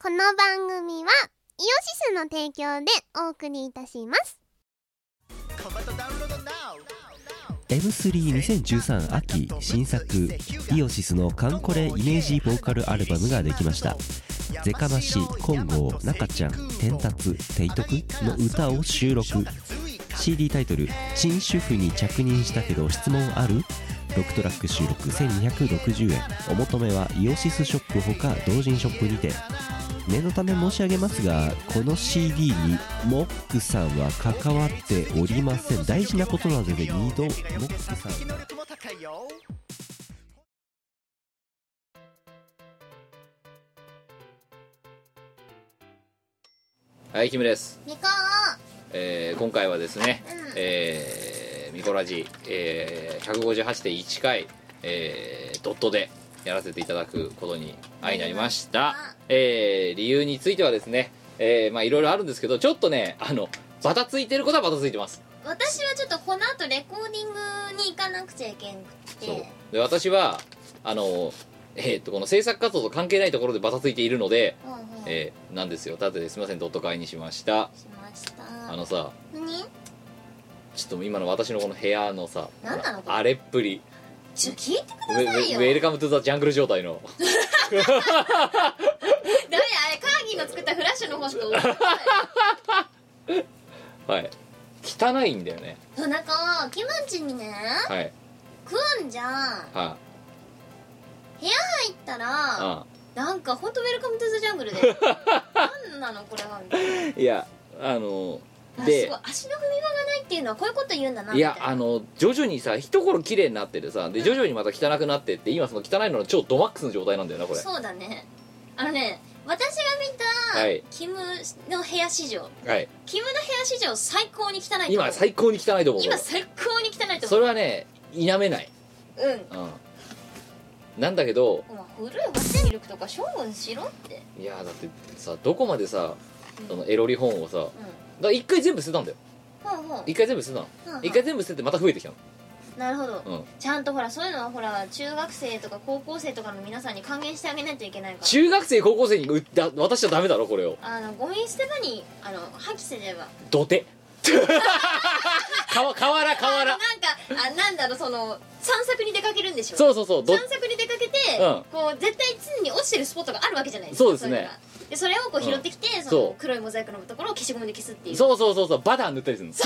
この番組はイオシスの提供でお送りいたします。 M32013 秋新作イオシスのカンコレイメージボーカルアルバムができました。ゼカマシ、金剛、中ちゃん、天達、テイトクの歌を収録。 CD タイトル陳主婦に着任したけど質問ある。6トラック収録1260円。お求めはイオシスショップほか同人ショップにて。念のため申し上げますが、この CD にモックさんは関わっておりません。大事なことなので2度モックさん。 はい、キムです。 ミコ今回はですね、ミコラジ、158.1 回、ドットでやらせていただくことに相なりました。理由についてはですね、まあいろいろあるんですけど、ちょっとね、バタついてることはバタついてます。 私はちょっとこの後レコーディングに行かなくちゃいけなくて、 そうで、私はこの制作活動と関係ないところでバタついているので、なんですよ。だってすみません、ドット会にしました。さ、 何？ ちょっと今の私のこの部屋のさ、 何なのこれ？ 荒れっぷり、 ちょっと聞いてくださいよ。 ウェルカムトゥザジャングル状態のダメ、あれカーギーの作ったフラッシュの方しか覚えてないはい、汚いんだよね。 そう、なんかキムンチにね、 はい、 食うんじゃん。 は部屋入ったら、 あ、 なんかほんとウェルカムトゥザジャングルでなんなのこれはみたいな。 いや、 ですごい足の踏み場がないっていうのはこういうこと言うんだなみたいな。 いや、徐々にさ、一頃綺麗になっててさ、で徐々にまた汚くなってって、今その汚いのの超ドマックスの状態なんだよな、これ。 そうだね。私が見た、 はい、 キムの部屋史上、 はい、 キムの部屋史上最高に汚いと思う。 今最高に汚いと思う。 今最高に汚いと思う。 それはね、否めない。なんだけど、 古いホテルミルクとか処分しろって。いやだってさ、どこまでさ、そのエロリ本をさ、だから一回全部捨てたんだよ。一回全部捨てたの。一回全部捨ててまた増えてきたの。 なるほど、ちゃんとほらそういうのはほら中学生とか高校生とかの皆さんに還元してあげないといけないから。 中学生高校生に渡しちゃダメだろこれを。 ゴミ捨て場に破棄すれば。 土手河原なんかなんだろう、その散策に出かけるんでしょ。 そう散策に出かけて、こう絶対常に落ちてるスポットがあるわけじゃないですか。 そうですね。 でそれをこう拾ってきて、その黒いモザイクのところを消しゴムで消すっていう。 そうバター塗ったりするの。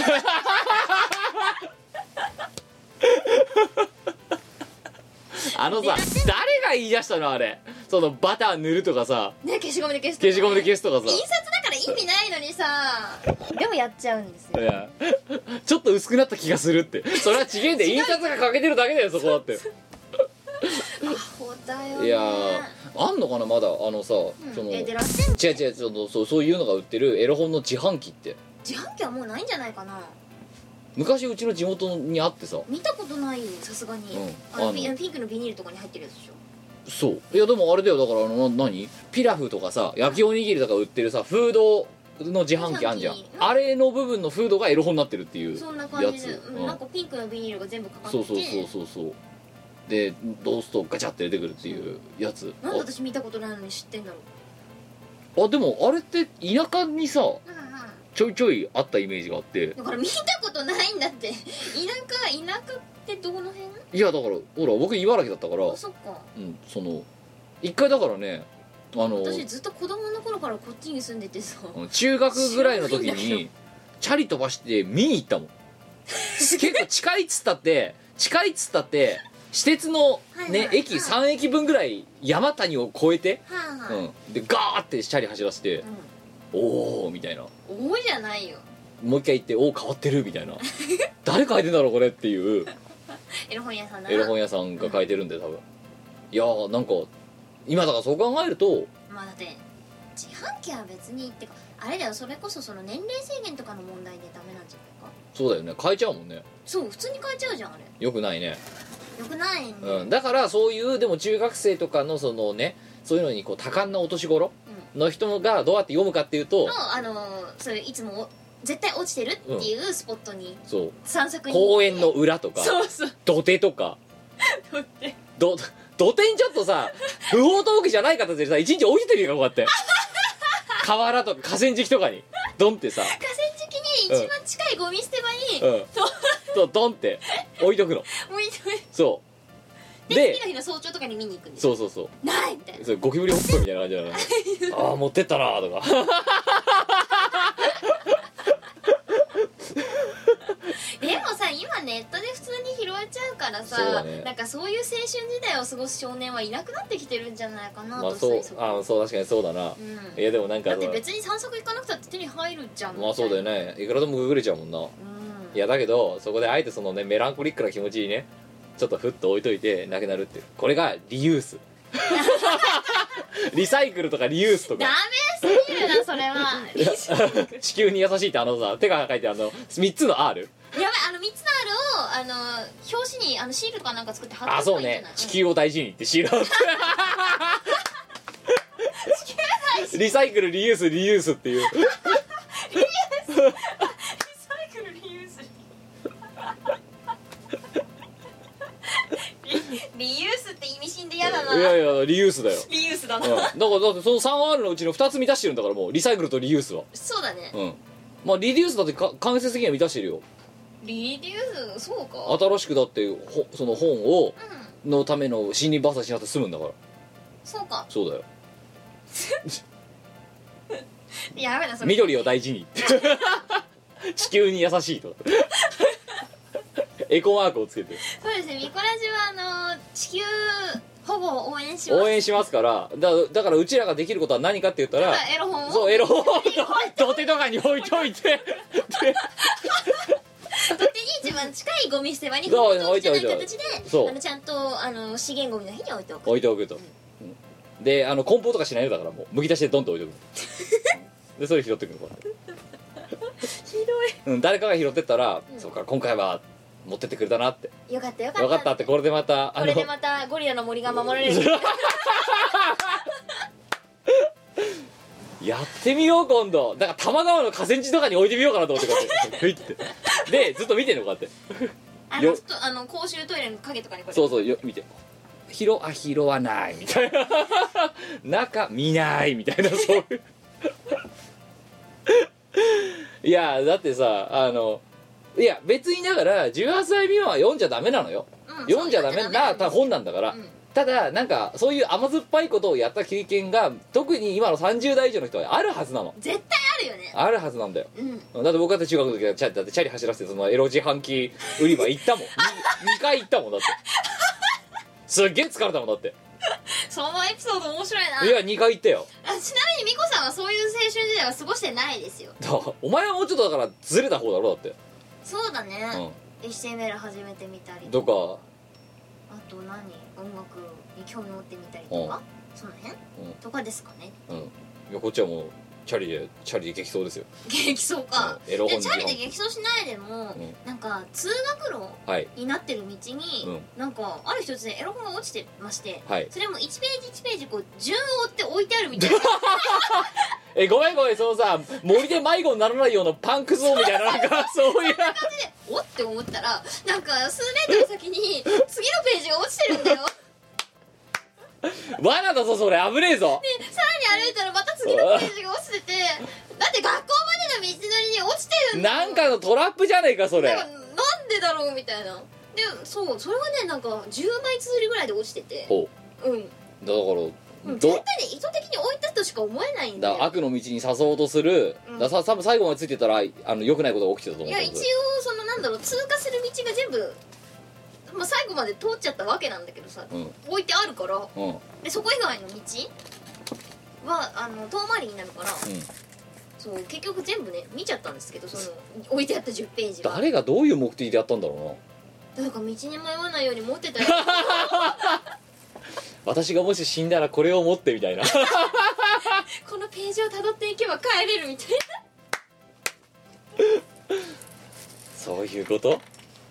誰が言い出したのあれ、そのバター塗るとかさ、 ね、消しゴムで消すとか、ね、 消しゴムで消すとかさ、 印刷だから意味ないのにさでもやっちゃうんですよ。 いやちょっと薄くなった気がするって。それは違えんで、印刷が欠けてるだけだよそこだって。 アホだよね。 いやあんのかなまだそのでらっしゃる。 違うそういうのが売ってるエロ本の自販機って。 自販機はもうないんじゃないかな。 昔うちの地元にあってさ。 見たことないよさすがに。ピンクのビニールとかに入ってるやつでしょ。そういやでもあれだよ、だから何ピラフとかさ、焼きおにぎりとか売ってるさ、フードの自販機あんじゃん。あれの部分のフードがエロ本になってるっていうやつ。 そんな感じで、なんかピンクのビニールが全部かかってて、 そうで通すとガチャって出てくるっていうやつ。 なんで私見たことないのに知ってんだろう。 でもあれって田舎にさ、ちょいちょいあったイメージがあって。 だから見たことないんだって。田舎ってどこの辺？ いやだからほら僕茨城だったから。 そっか。 その一回だからね、 私ずっと子供の頃からこっちに住んでてさ、 中学ぐらいの時にチャリ飛ばして見に行ったもん。結構近いっつったって私鉄のね、駅3駅分ぐらい山谷を越えて、でガーってチャリ走らせて、おーみたいな。 おーじゃないよ。 もう一回行って、おー変わってるみたいな。誰書いてんだろうこれっていう。 エロ本屋さんだな。 エロ本屋さんが書いてるんで多分。いやーなんか今だからそう考えると、 まあだって自販機は別にってかあれだよ、それこそその年齢制限とかの問題でダメなんじゃないか。 そうだよね、変えちゃうもんね。そう普通に変えちゃうじゃんあれ。 よくないね。 よくないね。 だからそういうでも中学生とかのそのね、そういうのにこう多感なお年頃の人がどうやって読むかっていうと、 そういういつも絶対落ちてるっていうスポットに、 そう散策に公園の裏とか、土手とか土手にちょっとさ不法投棄じゃない形でさ一日置いてるよこうやって河原とか河川敷とかにドンってさ、 河川敷に一番近いゴミ捨て場に、 とドンって置いとくの。 置いといて、 そうで次の日の早朝とかに見に行くんですよ。 そうないみたいな。 それゴキブリホップみたいな感じだなああ持ってったなーとかでもさ、今ネットで普通に拾えちゃうからさ、 そうだね、 なんかそういう青春時代を過ごす少年はいなくなってきてるんじゃないかなとそう推測。 そう確かにそうだな、いやでもなんかだって別に散策行かなくたって手に入るじゃん。 そうだよね、いくらでもググれちゃうもんな、いやだけどそこであえてそのねメランコリックな気持ちにねちょっとフッと置いといてなくなるっていう、これがリユースリサイクルとかリユースとかダメすぎるなそれは地球に優しいって手が書いて3つの R。 やばい、3つの R を表紙にシールとかなんか作って貼ってそうね、地球を大事にってシールをリサイクルリユースリユースっていうリサイクルリユースリユースって意味深で嫌だな。 いやいやリユースだよ。 リユースだな、 だってその 3R のうちの2つ満たしてるんだから、もうリサイクルとリユースは。 そうだね。 まあリデュースだって間接的には満たしてるよ。 リデュース、そうか。 新しくだってその本を、のための森林伐採しなくて済むんだから。 そうか。 そうだよ。 やべえなそれ。 緑を大事に地球に優しいとエコマークをつけてそうですね、ミコラジは地球保護を応援します。 応援しますから、だからうちらができることは何かって言ったら、 エロ本を、 そうエロ本を土手とかに置いといて土手に一番近いゴミ捨て場に置いておいて形で、 そうちゃんと資源ゴミの日に置いておく。 置いておくと、で梱包とかしないよ、だからもうむき出しでドンと置いておくでそれ拾ってくるのこひどれ、誰かが拾ってったら、そうか今回は持ってってくれたなって、 い。よかったよかった。 よかったって、これでまたゴリラの森が守られるやってみよう今度。だから多摩川の河川敷とかに置いてみようかなと思って、こうやってふいってでずっと見てんのこうやって公衆トイレの影とかにこれ。 そう見て、拾わないみたいな中見ないみたいな、そういういやだってさ、いや別にだから18歳未満は読んじゃダメなのよ、読んじゃダメな本なんだから、ただなんかそういう甘酸っぱいことをやった経験が特に今の30代以上の人はあるはずなの。 絶対あるよね。 あるはずなんだよ、だって僕だって中学の時はだってチャリ走らせてそのエロ自販機売り場行ったもん2回行ったもんだってすっげえ疲れたもんだって。 そのエピソード面白いな。 いや2回行ったよ。 ちなみにミコさんはそういう青春時代は過ごしてないですよ。 お前はもうちょっとだからずれた方だろだって。 そうだね、HTML 始めてみたりとか、 あと音楽に興味持ってみたりとか、その辺、とかですかね。 いやこっちはもうチャリで激走ですよ。 激走か、 エロ本チャリで激走しないでも、なんか通学路になってる道に、なんかある一つでエロ本が落ちてまして、それも1ページ1ページこう順を追って置いてあるみたいなごめんそのさ森で迷子にならないようなパンクゾーンみたいな、なんかそういう感じでおって思ったら、なんか数メートル先に次のページが落ちてるんだよ罠だぞそれ、危ねえぞ。 でさらに歩いたらまた次のページが落ちてて、だって学校までの道のりに落ちてるんだよ。 なんかのトラップじゃねえかそれ。 なんでだろうみたいな。でそれがねなんか10枚綴りぐらいで落ちてて、だから絶対ね意図的に置いたとしか思えないんだよ。 悪の道に誘おうとする、多分最後までついてたら良くないことが起きてたと思う。 いや一応通過する道が全部、最後まで通っちゃったわけなんだけどさ、置いてあるから、でそこ以外の道は遠回りになるから、そう結局全部ね見ちゃったんですけど、その置いてあった10ページは誰がどういう目的でやったんだろうな。なんか道に迷わないように持ってたよ私がもし死んだらこれを持ってみたいなこのページを辿っていけば帰れるみたいなそういうこと。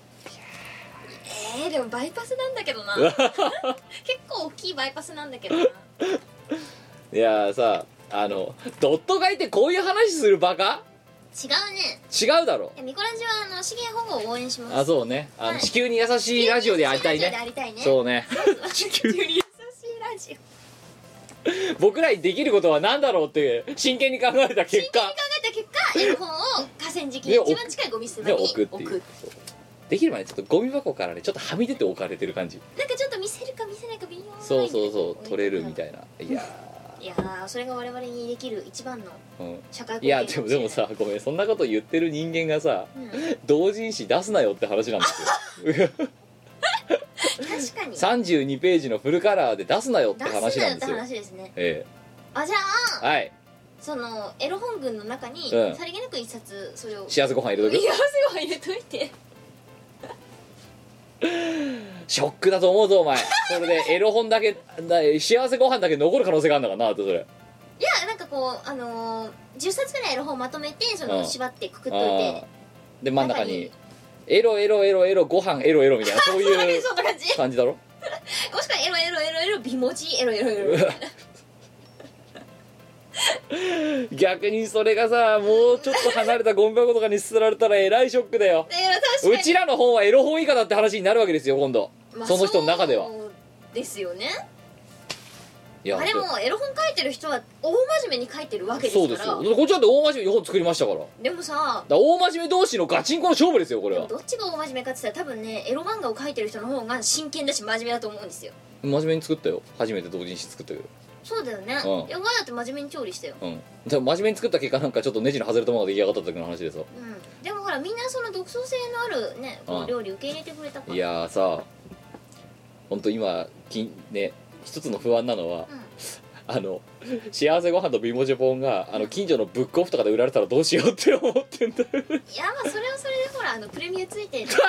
でもバイパスなんだけどな結構大きいバイパスなんだけどな。いやさドット買いってこういう話するバカ？ 違うね。 違うだろ。 ミコラジは資源保護を応援します。 あ、そうね、地球に優しいラジオでありたいね。そうね地球に優しいラジオ僕らにできることは何だろうって真剣に考えた結果エロ本を河川敷に一番近いゴミ捨て場に置く。 できればねちょっとゴミ箱からねちょっとはみ出て置かれてる感じ、 なんかちょっと見せるか見せないか微妙なそうそうそう取れるみたいな。いやーそれが我々にできる一番の社会貢献。 いやでもさごめんそんなこと言ってる人間がさ、同人誌出すなよって話なんですよ確かに 32ページのフルカラーで出すなよって話なんですよ。 出すなよって話ですね。 あじゃあはいそのエロ本群の中にさりげなく一冊それを幸せご飯入れとく。 幸せご飯入れといてショックだと思うぞお前それでエロ本だけ幸せご飯だけ残る可能性があるんだからなってそれ。 いやなんかこう10冊ぐらいエロ本まとめてその縛ってくくっといて、 で真ん中にエロエロエロエロご飯エロエロみたいなそういうそんな感じ感じだろ。 もしくはエロエロエロエロ美文字エロエロエロみたいな逆にそれがさもうちょっと離れたゴミ箱とかに捨てられたらえらいショックだよ。 確かにうちらの本はエロ本以下だって話になるわけですよ今度、その人の中では。 そうですよね。 いやでもエロ本書いてる人は大真面目に書いてるわけですから。 そうですよ。こっちだって大真面目に本作りましたから。 でもさ大真面目同士のガチンコの勝負ですよこれは。 どっちが大真面目かって言ったら多分ねエロ漫画を書いてる人の方が真剣だし真面目だと思うんですよ。 真面目に作ったよ初めて同人誌作ったけど。 そうだよね、いや前だって真面目に調理したよ。 でも真面目に作った結果なんかちょっとネジの外れたものが出来上がった時の話でさ、 でもほらみんなその独創性のあるね料理受け入れてくれたから。 いやさ本当今ね一つの不安なのは、幸せご飯と美文字本が近所のブックオフとかで売られたらどうしようって思ってんだよ。いやまあそれはそれでほらプレミアついてるプレミ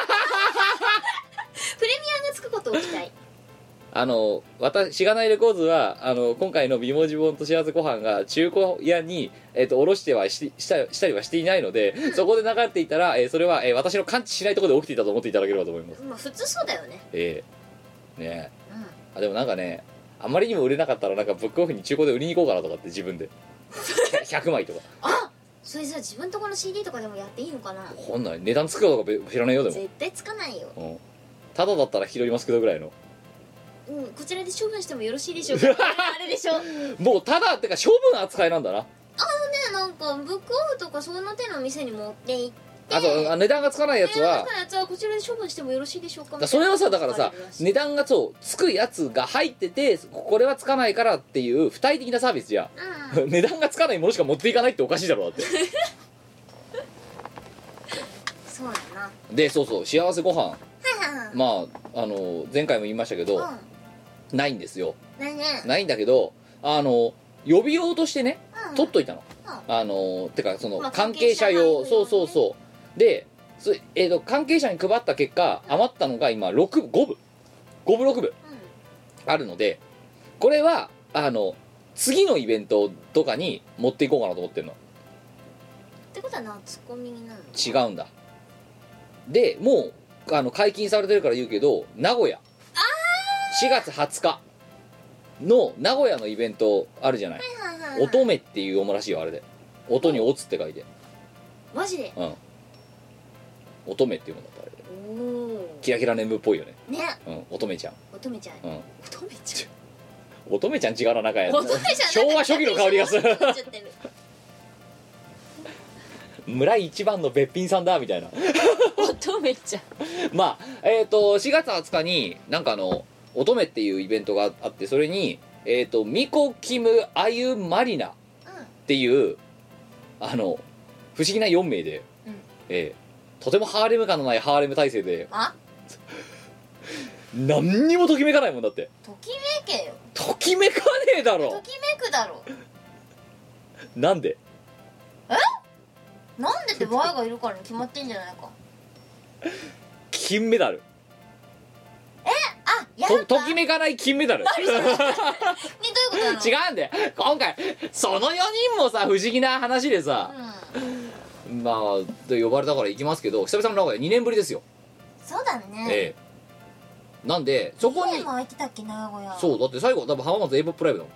アがつくことを期待。 しがないレコーズは今回の美文字本と幸せご飯が中古屋に、卸してはしたりはしていないので、そこで流れていたら、それは、私の感知しないところで起きていたと思っていただければと思います。 まあ普通そうだよね。 ねえ、でもなんかねあまりにも売れなかったらなんかブックオフに中古で売りに行こうかなとかって自分で100枚とかそれさ自分とこの CD とかでもやっていいのかな。 ほんない値段つくかどうか知らないよでも絶対つかないよ。 ただだったら拾いますけどぐらいのこちらで処分してもよろしいでしょうかあれでしょもうただってか処分扱いなんだな。 なんかブックオフとかその手の店に持って行ってあと値段がつかないやつはこちらで処分してもよろしいでしょうかみたいな。 それはさだからさ値段がつくやつが入っててこれはつかないからっていう付帯的なサービスじゃ、値段がつかないものしか持っていかないっておかしいだろだってそうだな。 でそう幸せご飯まあ前回も言いましたけど、ないんですよ。ないんだけど予備用としてね、取っといたの。てかその関係者用、そうで関係者に配った結果余ったのが今5部6部あるので、これは次のイベントとかに持っていこうかなと思ってるの。 ってことはツッコミになるの？違うんだ。でもう解禁されてるから言うけど名古屋4月20日の名古屋のイベントあるじゃない。乙女っていう読むらしいよあれで。音にオツって書いて。 マジで？ 乙女っていうもんだったあれで。キラキラネームっぽいよね。乙女ちゃん。 乙女ちゃん。 乙女ちゃん違うな中や。 昭和初期の香りがする。村一番のべっぴんさんだみたいな。 乙女ちゃん。 まあ4月20日になんか乙女っていうイベントがあって、それにミコキムアユマリナっていう不思議な4名で、とてもハーレム感のないハーレム体制で何にもときめかないもんだって。 ときめけよ。 ときめかねえだろ。 ときめくだろ。 なんで？ なんでってバーがいるからに決まってんじゃないか。 金メダル。ときめかない金メダル。 どういうことなの？ 違うんだよ今回その4人もさ不思議な話でさ、まあ呼ばれたから行きますけど、久々の名古屋2年ぶりですよ。 そうだね。 なんでそこに 2年も空いてたっけ名古屋。 そうだって最後多分浜松 A-POP ライブだもん。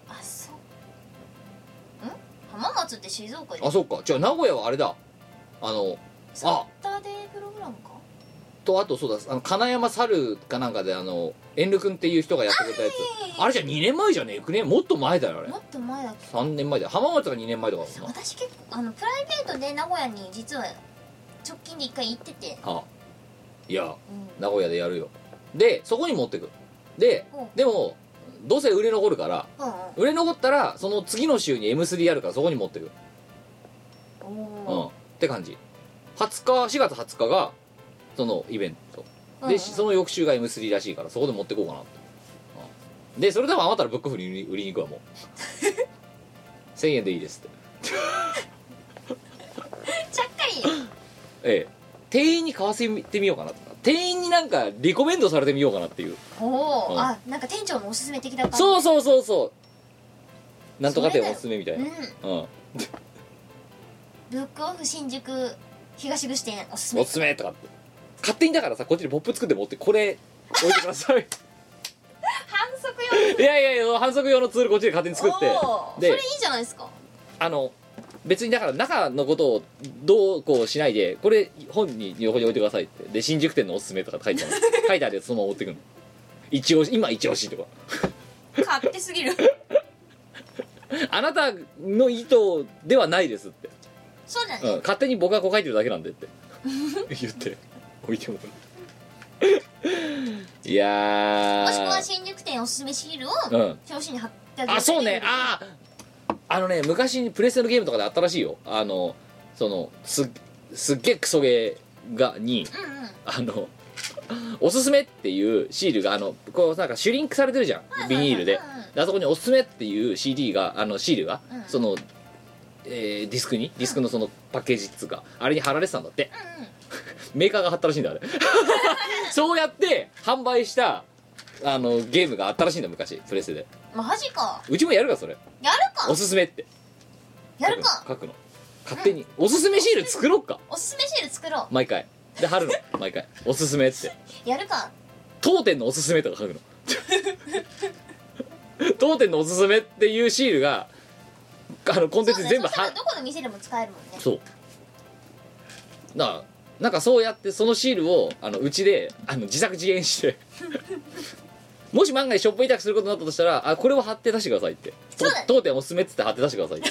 浜松って静岡じゃん。 そっか。じゃあ名古屋はあれだサタデープログラムか。 とあとそうだ金山猿かなんかでエンル君っていう人がやってくれたやつ、あれじゃ2年前じゃねえくね、もっと前だよあれ。 もっと前だっけ。 3年前だよ、浜松が2年前とかだもんな。 私結構プライベートで名古屋に実は直近で1回行ってて、 はあ、いや、 うん、 名古屋でやるよ。でそこに持ってくで、 うんでもどうせ売れ残るから、 うんうん、 売れ残ったらその次の週に M3 やるからそこに持ってく、 おうん、 ーって感じ。4月20日がそのイベントで、 うんうん、 その翌週が M3 らしいからそこで持ってこうかなって、うん、でそれでも余ったらブックフリー売りに行くわもう1000円でいいですってちゃっかりええ、店員に買わせてみようかなとか、店員になんかリコメンドされてみようかなっていう。 おお、 うん、 あ、なんか店長のおすすめ的だった。 そうそうそうそう、なんとか店おすすめみたいな。 うん、 うん、 ブックオフ新宿東口店おすすめおすすめとかって勝手にだからさ、こっちでポップ作って持ってこれ置いてください反則用いやいや反則用のツールこっちで勝手に作って、でそれいいじゃないですか。 別にだから中のことをどうこうしないで、これ本に横に置いてくださいって、で新宿店のおすすめとか書いてある書いてあるやつそのまま持ってくるの、一押し今一押しとか勝手すぎるあなたの意図ではないですって、 そうだね、 うん、勝手に僕がこう書いてるだけなんでって言って置いてもらういやもしくは新宿店おすすめシールをうん表紙に貼ってあげる。 あ、そうね、昔にプレステのゲームとかであったらしいよ。すっげえクソゲーにうんうん、 おすすめっていうシールがこうなんかシュリンクされてるじゃん、ビニールで。であそこにおすすめっていう CD がシールが、 うん、 その、ディスクのそのパッケージっつうかあれに貼られてたんだって、 うんうん、 メーカーが貼ったらしいんだあれそうやって販売したゲームがあったらしいんだ昔、プレステで。 マジか。 うちもやるかそれ、 やるか。 おすすめってやるか。 書くの勝手に、うん、おすすめシール作ろっか、 おすすめシール作ろう。 毎回で貼るの毎回おすすめってやるか。 当店のおすすめとか書くの当店のおすすめっていうシールがコンテンツ全部そうね、そしたらどこの店でも使えるもんね。 そうだからなんかそうやってそのシールをうちで自作自演してもし万が一ショップ委託することになったとしたら、これを貼って出してくださいって、 そうだね、 当店おすすめっつって貼って出してくださいって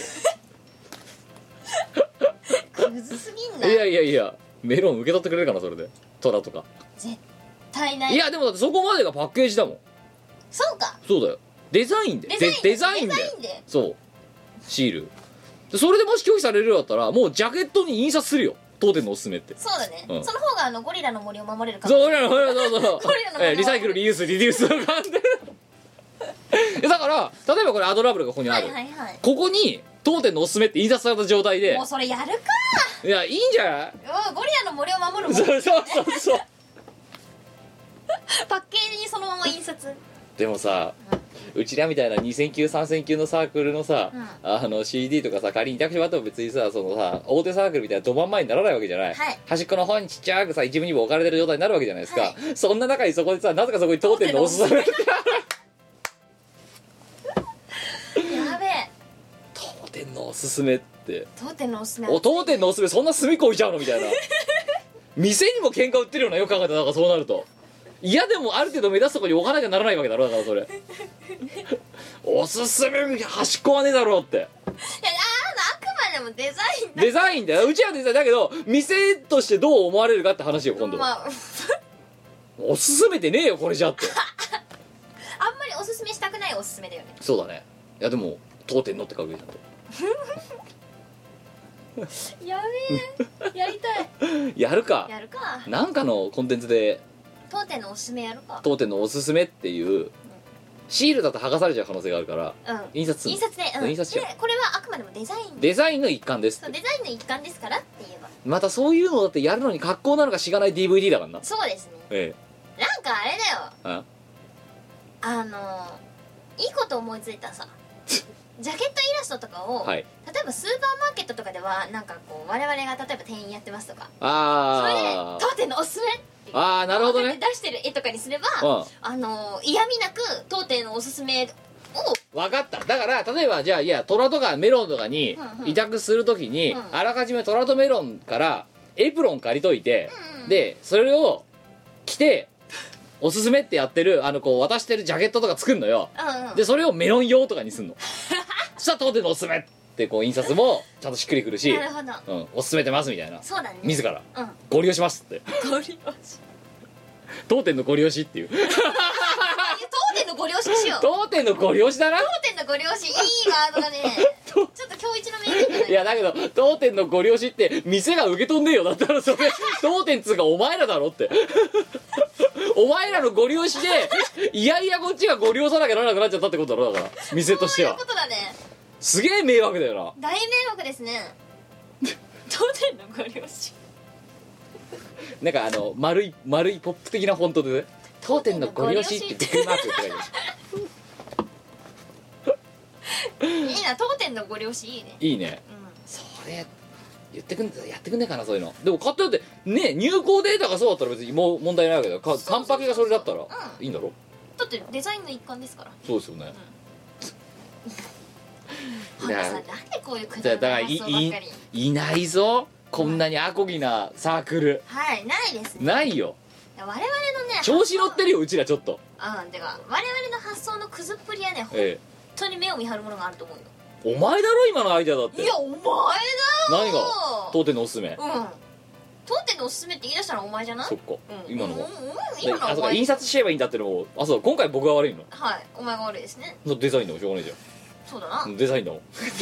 むずすぎんな。 いやメロン受け取ってくれるかなそれで、トラとか。 絶対ない。 いやでもだってそこまでがパッケージだもん。 そうか。 そうだよ、デザインでデザインでそうシールで、それでもし拒否されるようだったらもうジャケットに印刷するよ、当店のおすすめって。 そうだね、 うん、 その方がゴリラの森を守れるから。 そうゴリラの森そうリサイクルリユースリデュースの感じだから例えばこれアドラブルがここにある、 はいはいはい、 ここに当店のおすすめって印刷された状態で、 もうそれやるか。 いやいいんじゃない。 ゴリラの森を守るもんそうパッケージにそのまま印刷。 でもさ、うちらみたいな2000級3000級のサークルのさ、CD とかさ仮に委託してもらっても別にさ、そのさ大手サークルみたいなど真ん前にならないわけじゃない、 はい、 端っこの方にちっちゃくさ一部にも置かれてる状態になるわけじゃないですか、 はい、 そんな中にそこでさ、なぜかそこに当店のおすすめってやべえ、 当店のおすすめって当店のおすすめ、 当店のおすすめそんな隅っこ置いちゃうのみたいな店にも喧嘩売ってるような、よく考えたらなんかそうなると嫌でもある程度目立つところに置かなきゃならないわけだろ、だからそれおすすめ端っこはねえだろうって。いやあくまでもデザインデザインだよ、うちはデザインだけど店としてどう思われるかって話よ今度、 まあ、 おすすめてねえよこれじゃってあんまりおすすめしたくないおすすめだよね。 そうだね。いやでも当店のって書くべきだとやべえ、やりたいやるか、 やるか、 なんかのコンテンツで当店のおすすめやるか。 当店のおすすめっていうシールだと剥がされちゃう可能性があるから、印刷する、 印刷で、 印刷しちゃう。 でこれはあくまでもデザイン、 デザインの一環です。 そうデザインの一環ですからって言えば。 またそういうのだってやるのに格好なのかしがない DVD だからな。 そうですね、 えなんかあれだよ、いいこと思いついたさジャケットイラストとかを、 はい、 例えばスーパーマーケットとかではなんかこう我々が例えば店員やってますとか、それで当店のおすすめっていうなるほどね、 出してる絵とかにすれば、嫌味なく当店のおすすめを分かった。だから例えばじゃあ、いやトラとかメロンとかに委託するときに、あらかじめトラとメロンからエプロン借りといて、でそれを着ておすすめってやってるこう渡してるジャケットとか作るのよ、 うんうん、 でそれをメロン用とかにすんのそしたら当店のおすすめってこう印刷もちゃんとしっくりくるし、 なるほど、 うん、おすすめてますみたいな、 そうだね、 自ら、 うん、 ご利用しますってご利用し当店のご利用しっていう当店のご両親しよう当店のご利用しだな。 当店のご両親いいワードがねちょっと今日一の名言じゃないいやだけど当店のご利用しって店が受け取んねえよ。だったらそれ当店っつうかお前らだろってお前らのご利用しでいやいやこっちがご利用さなきゃならなくなっちゃったってことだろ。だから店としてはそういうことだね。 すげえ迷惑だよな。 大迷惑ですね当店のご両親なんか丸いポップ的なフォントでね、当店のご利用しってびっくりマークって書いてあるいいな、当店のご両親いいね。 いいね、 うん、 それやってくんねえかな、そういうの。でも買ったってね、入稿データがそうだったら別にもう問題ないわけだ。カンパケがそれだったらいいんだろ。 だってデザインの一環ですから。 そうですよね、 うん、なんかさ、なんでこういうくだらない発想ばっかり。 いないぞこんなにアコギなサークル。 はい、ないですね。 ないよ。 我々のね調子乗ってるようちらちょっと。 うん、てか我々の発想のくずっぷりはね、本当に目を見張るものがあると思うよ。 お前だろ今のアイデアだって。 いや、お前だよ。 何が当店のおすすめ。 うん、当店のおすすめって言い出したのはお前じゃない。 そっか、 うん、 今のも、 今のはお前。 印刷しちゃえばいいんだってのも、あ、そう今回僕が悪いの。 はい、お前が悪いですね。 デザインでもしょうがないじゃん。 そうだな、 デザインだもん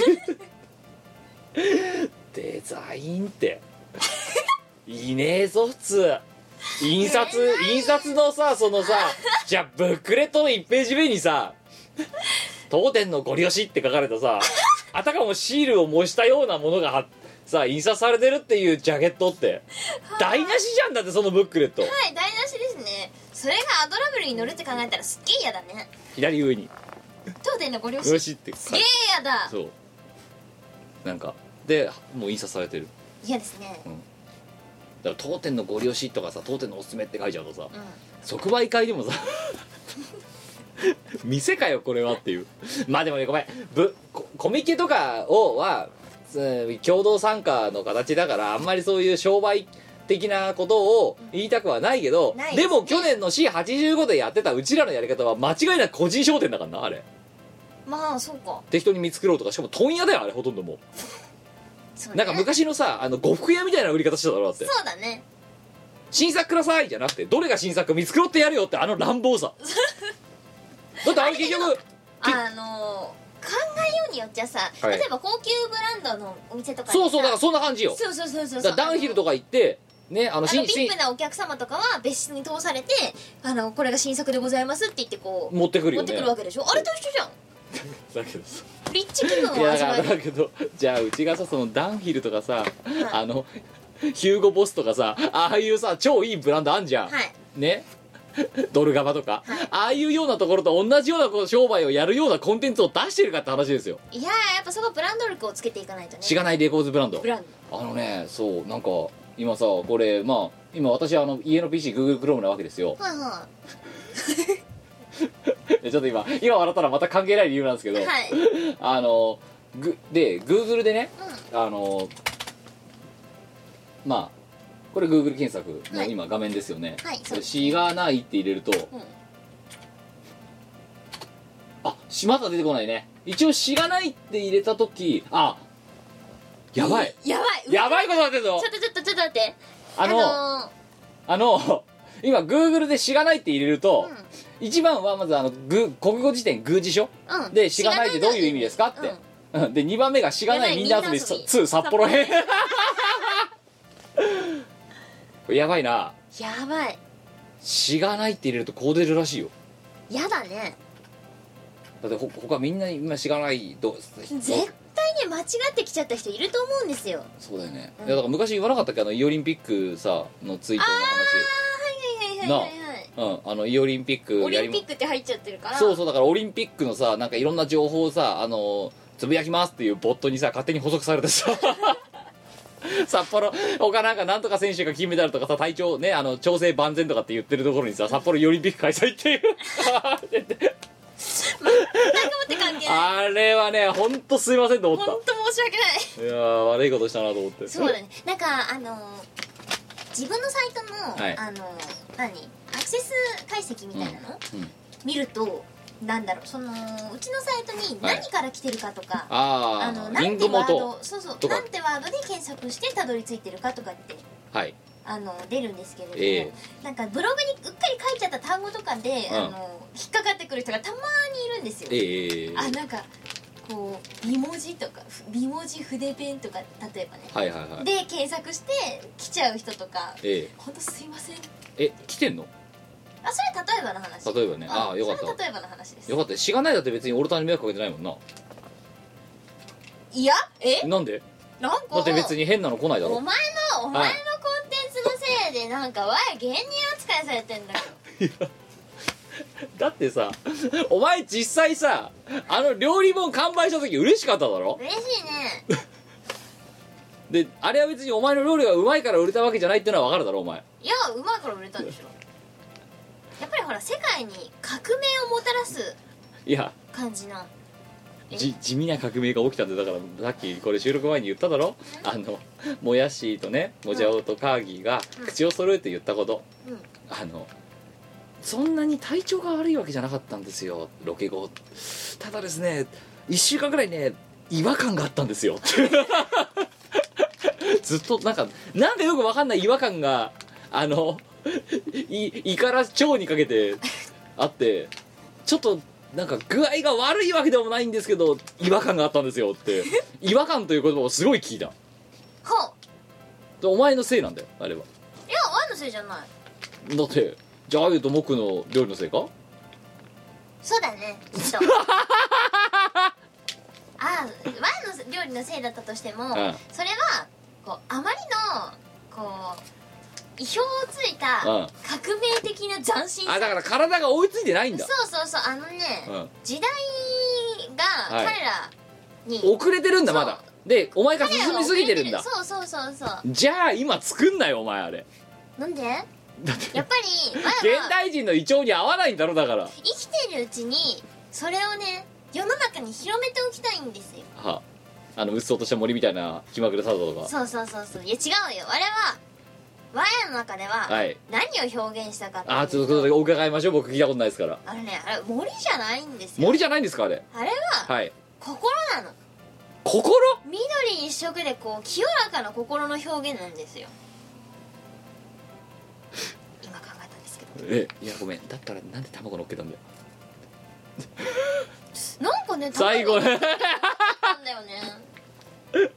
デザインっていねえぞ普通。印刷のさ、そのさ、じゃあブックレットの1ページ目にさ当店のご利用しって書かれたさあたかもシールを模したようなものがさ印刷されてるっていうジャケットって台無しじゃん。だってそのブックレット、 はい、台無しですね。それがアドラブルに乗るって考えたらすっげえ嫌だね。 左上に当店のご両ご利用親しってすげえ嫌だ。 そうなんかでもう印刷されてる。 嫌ですね。 だから当店のご利用しとかさ、当店のおすすめって書いちゃうとさ、 うん、 即売会でもさ店かよこれはっていう。まあでもね、ごめん、コミケとかは共同参加の形だからあんまりそういう商売的なことを言いたくはないけど、 ないですね。 でも去年の C85 でやってたうちらのやり方は間違いなく個人商店だからな。あれまあそうか。 適当に見繕うとか、しかも問屋だよあれほとんど。もうそうね、 なんか昔のさ、呉服屋みたいな売り方してただろ。だってそうだね。 新作くださいじゃなくて、どれが新作か見繕ってやるよって乱暴さだってあれ結局考えようによっちゃさ、 はい、 例えば高級ブランドのお店とかにさ、 そうそう、だからそんな感じよ。 そうだからダンヒルとか行ってね、 ビップなお客様とかは別室に通されて、これが新作でございますって言ってこう持ってくるよね。 持ってくるわけでしょ。あれと一緒じゃん。 だけどさ、 リッチ気分いやを味わえる。 だけど、じゃあうちがさ、そのダンヒルとかさ、ヒューゴボスとかさ、ああいうさ超いいブランドあんじゃん、 はい、 ね、ドルガバとか、 はい、 ああいうようなところと同じようなこう商売をやるようなコンテンツを出してるかって話ですよ。 いややっぱそこブランド力をつけていかないとね。 しがないレコーズブランド。そうなんか今さ、これまあ今私家の PC Google Chrome なわけですよ。 はいはちょっと今笑ったらまた関係ない理由なんですけど、 はい、 で Google でね、まあこれ Google 検索の今画面ですよね。 はい、 しがないって入れると、まだ出てこないね。一応しがないって入れた時、やばいやばいことになってるぞ。 ちょっと待って。 今 Google でしがないって入れると、一番はまず国語辞典宮辞書、でしがないってどういう意味ですかって、で2番目がしがないみんな遊び2札幌編やばいな。 やばい。 しがないって入れるとこう出るらしいよ。 やだね。 だって他みんな今しがない絶対ね間違ってきちゃった人いると思うんですよ。 そうだよね、いやだから昔言わなかったっけ、イオリンピックさのツイートの話。はい、イオリンピックオリンピックって入っちゃってるから。 そうだからオリンピックのさ、なんかいろんな情報をさ、つぶやきますっていうボットにさ勝手に補足されてさ札幌他なんとか選手が金メダルとかさ、体調ね、調整万全とかって言ってるところにさ、札幌オリンピック開催っていう全くもって関係ない。 あれはね、ほんとすいませんと思った。 ほんと申し訳ない。 いや悪いことしたなと思って。 そうだね。なんか自分のサイトの、 はい、 アクセス解析みたいなの、見るとなんだろう、そのうちのサイトに何から来てるかとか、なんてワード、そうそうなんてワードで検索してたどり着いてるかとかって、はい、出るんですけれども、なんかブログにうっかり書いちゃった単語とかで、引っかかってくる人がたまにいるんですよ。なんかこう美文字とか美文字筆ペンとか例えばね、はいはいはい、で検索して来ちゃう人とか、ほんとすいません。 来てんの？ それ例えばの話。 例えばね。よかった。 それ例えばの話です。 よかった。しがないだって別にオルタに迷惑かけてないもんな。 いや、 なんで？ なんかだって別に変なの来ないだろ。 お前のコンテンツのせいでなんかわや芸人扱いされてんだけど。 だってさ、お前実際さ、料理本完売した時嬉しかっただろ？ 嬉しいね。 で、あれは別にお前の料理がうまいから売れたわけじゃないってのは分かるだろ、お前。 いや、うまいから売れたんでしょ。やっぱりほら、世界に革命をもたらす感じの地味な革命が起きたんで、だからさっきこれ収録前に言っただろ、もやしとね、もじゃおとカーギーが口を揃えて言ったこと、そんなに体調が悪いわけじゃなかったんですよ、ロケ後。ただですね、1週間ぐらいね違和感があったんですよずっとなんかよく分かんない違和感が胃から腸にかけてあって、ちょっとなんか具合が悪いわけでもないんですけど違和感があったんですよって違和感という言葉をすごい聞いた。 はあ、お前のせいなんだよあれは。 いや、ワイのせいじゃない。 だってじゃああゆと木の料理のせいか？ そうだね、きっとワイの料理のせいだったとしても、それはこうあまりのこう意表をついた革命的な斬新さ。 だから体が追いついてないんだ。 そうそうそう、時代が彼らに、 遅れてるんだまだ。でお前が進みすぎてるんだ。 そうそうそうそう。 じゃあ今作んなよお前あれ。 なんで？やっぱり現代人の胃腸に合わないんだろ。だから生きてるうちにそれをね、世の中に広めておきたいんですよ。 はあ、うっそうとした森みたいな気まぐれサラダとか。 そうそうそうそう。いや違うよ、あれは我らの中では何を表現したかっていうと、 ちょっとお伺いましょう。僕聞いたことないですから。 あれ森じゃないんですよ。 森じゃないんですかあれ。 あれは心なの。 心？ 緑一色でこう清らかな心の表現なんですよ。今考えたんですけど。 いやごめん、だったらなんで卵乗っけたんだよなんかね、 最後ねなんだよね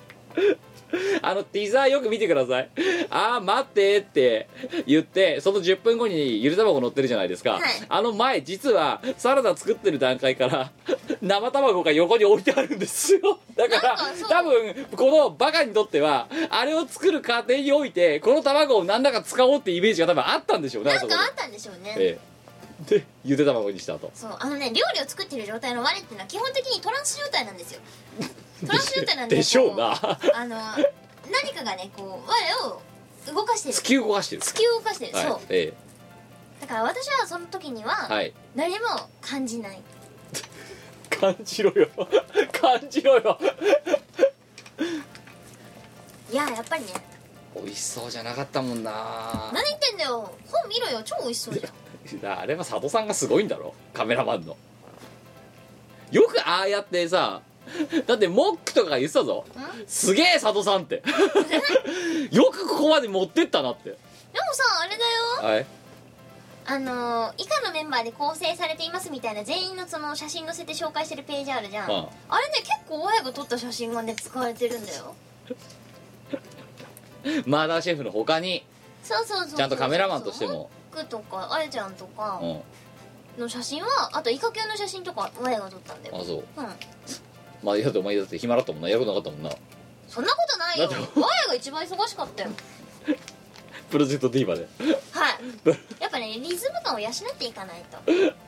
ティザーよく見てください。待ってって言ってその10分後にゆで卵乗ってるじゃないですか、前実はサラダ作ってる段階から生卵が横に置いてあるんですよ。だから多分このバカにとってはあれを作る過程においてこの卵を何らか使おうってイメージが多分あったんでしょうね。 なんかあったんでしょうね。 でゆで卵にしたと。 そう料理を作ってる状態の我っていうのは基本的にトランス状態なんですよ。トランス状態なんででしょうな何かがねこう我を動かしてる。 突き動かしてる。 そう、だから私はその時には何も感じない、 感じろよ感じろよいや、やっぱりね美味しそうじゃなかったもんな。 何言ってんだよ、本見ろよ、超美味しそうじゃんあれは佐渡さんがすごいんだろ、カメラマンの。よくああやってさ、だってモックとか言ってたぞ、すげえ佐渡さんってよくここまで持ってったなって。でもさ、あれだよ、 はい、 以下のメンバーで構成されていますみたいな全員のその写真載せて紹介してるページあるじゃん、あれね結構親が撮った写真がね使われてるんだよマーダーシェフの他にそうちゃんとカメラマンとしてもモックとかあやちゃんとかの写真は、あとイカ系の写真とか親が撮ったんだよ。 そう、まあいやお前だって暇だったもんな、やることなかったもんな。 そんなことないよ、親が一番忙しかったよプロジェクト D までやっぱねリズム感を養っていかないと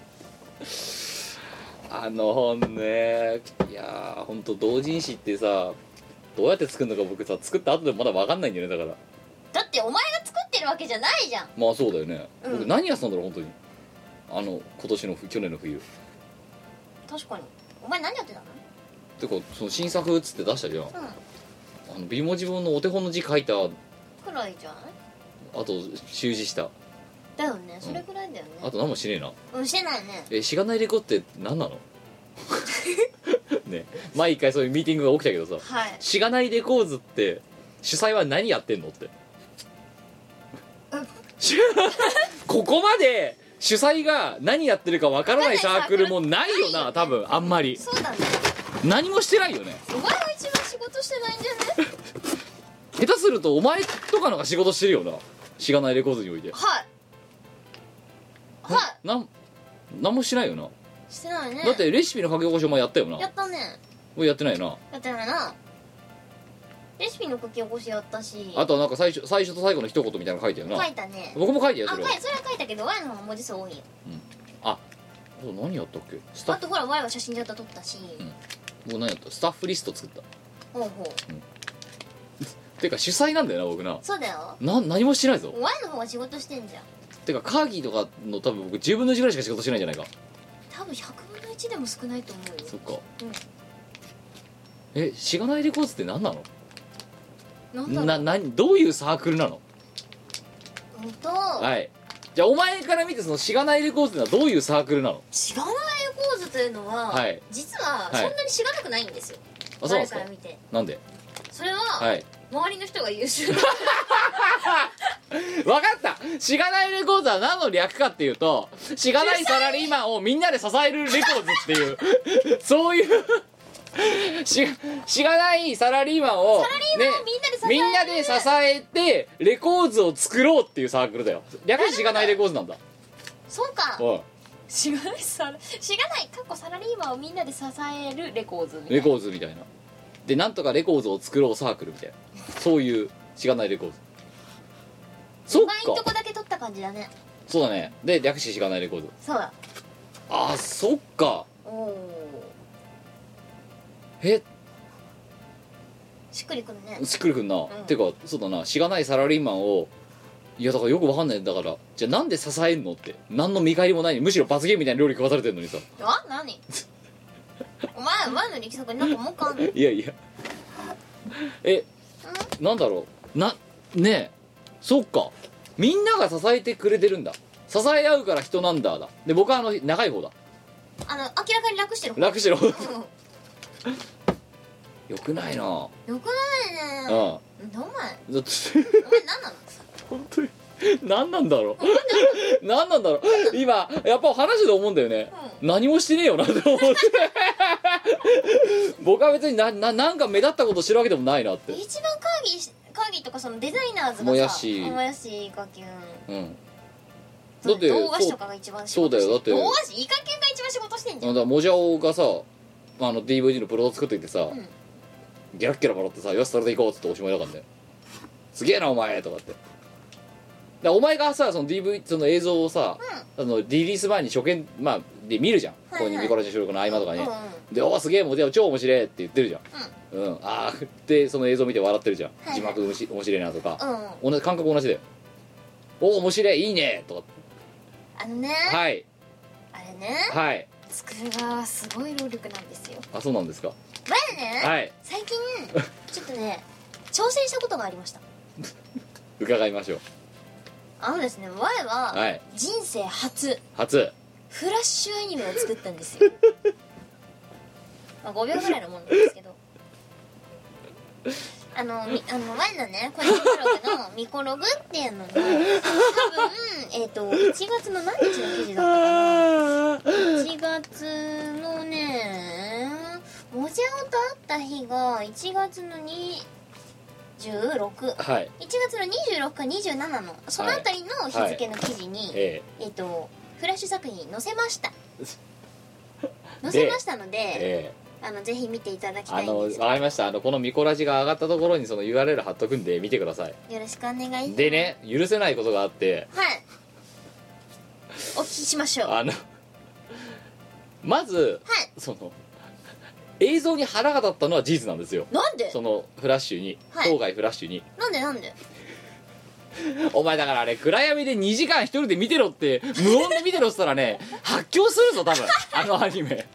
ね、いやーほんと同人誌ってさどうやって作るのか僕さ作った後でもまだ分かんないんだよね。だからだってお前が作ってるわけじゃないじゃん。 まあそうだよね、僕何やってたんだろう本当に。去年の冬。 確かにお前何やってたの？ てかその新作っつって出したじゃん、美文字本のお手本の字書いたくらいじゃない？ あと習字しただよね、それぐらいだよね。 あと何もしねえな。 うんしてないね。 しがないレコって何なのね、毎回そういうミーティングが起きたけどさ、 はい。 しがないレコーズって主催は何やってんのってここまで主催が何やってるかわからないサークルもないよな、多分あんまりそうだね。 何もしてないよね。 お前が一番仕事してないんじゃね？ 下手するとお前とかのが仕事してるよな、しがないレコーズにおいて。 はいはい。 なんもしないよな。 してないね。 だってレシピの書き起こしお前やったよな。 やったね。 俺やってないよな。 やってないな。レシピの書き起こしやったし。 あとはなんか最初と最後の一言みたいなの書いたよな。 書いたね。 僕も書いたよあ、 それは。 それは書いたけど Y の方が文字数多いよ。 あと何やったっけ。 あとほら Y は写真で撮ったし。 僕何やった。スタッフリスト作った。 ほうほう。 てか主催なんだよな僕な。 そうだよ。 何もしてないぞ。 Y の方が仕事してんじゃん。 てかカーギーとかの多分僕10分の1ぐらいしか仕事してないんじゃないか。 多分100分の1でも少ないと思うよ。 そっか。 うん。 しがないレコーズって何なの。 なんだろう。 どういうサークルなの。 ほんと。 はいじゃあお前から見てそのしがないレコーズってのはどういうサークルなの。 しがないレコーズというのは、 はい実はそんなにしがなくないんですよ。 あそうなんですか誰から見て。 なんで。 それは、 はい周りの人が優秀な分かった。しがないレコーズは何の略かっていうと、しがないサラリーマンをみんなで支えるレコーズっていうそういうしがないサラリーマンをサラリーマンをみんなで支えるてレコーズを作ろうっていうサークルだよ。略してしがないレコーズなんだ。 そうか。 おいしがないサラリーマンをみんなで支えるレコーズみたいな。 レコーズみたいなで、なんとかレコーズを作ろうサークルみたいな、そういうしがないレコーズ。そっ前んとかこだけ取った感じだね。 そうだね。で略してしがないレコーズ。 そうだ。 あそっか。 おお。しっくりくるね。 しっくりくんな、てかそうだな、しがないサラリーマンを、いやだからよくわかんないんだから、じゃあなんで支えんのって、何の見返りもないに、むしろ罰ゲームみたいな料理食わされてるのにさ。 あ、何お前の力作になんか文句あんの？ いやいやなんだろうねえ、そっか、みんなが支えてくれてるんだ。支え合うから人なんだ。で僕は長い方だ。 明らかに楽してる方。 楽してる方うんよくないな。 よくないね。お前だって何なの？ 本当に何なんだろう何なんだろう今やっぱ話で思うんだよね、何もしてねえよなって思って僕は別になんか目立ったことしてるわけでもないなって。 一番カーギーとかそのデザイナーズがさ、 もやしガキュン、 うんだって動画師とかが一番仕事してる。 そうだよだって動画師イカキュンが一番仕事してんじゃん。 だからモジャオがさDVD のプロト作ってきてさ、ギャラッギャラもらってさ、よしそれで行こうっつっておしまいだからね。すげえなお前とかって。でお前がさその DVD その映像をさ、リリース前に初見で見るじゃん、ここにミコラジ収録の合間とかに、でおすげえもう超面白いって言ってるじゃん、ああでその映像見て笑ってるじゃん、字幕面白いなとか、同じ感覚同じだよ。お面白いいいねとか。はいあれね、 はい作る側はすごい労力なんですよ。 あそうなんですか。 前ね、 はい最近ちょっとね挑戦したことがありました。 伺いましょう。 ですね、前ははい人生初フラッシュアニメを作ったんですよ5秒ぐらいのもんなんですけど前のねこれミコログのミコログっていうのの多分1月の何日の記事だったかな。1月のねモジャオと会った日が1月の26、 はい、 1月の26か27のそのあたりの日付の記事に、フラッシュ作品載せました載せましたので、ぜひ見ていただきたいんです。 わかりました。このミコラジが上がったところにその URL 貼っとくんで見てください。 よろしくお願いします。 でね、許せないことがあって、 はいお聞きしましょう。 まず、 はい、 その映像に腹が立ったのは事実なんですよ。 なんで？ そのフラッシュに、当該フラッシュになんでお前だからあれ暗闇で2時間一人で見てろって無音で見てろって言ったらね発狂するぞ多分アニメ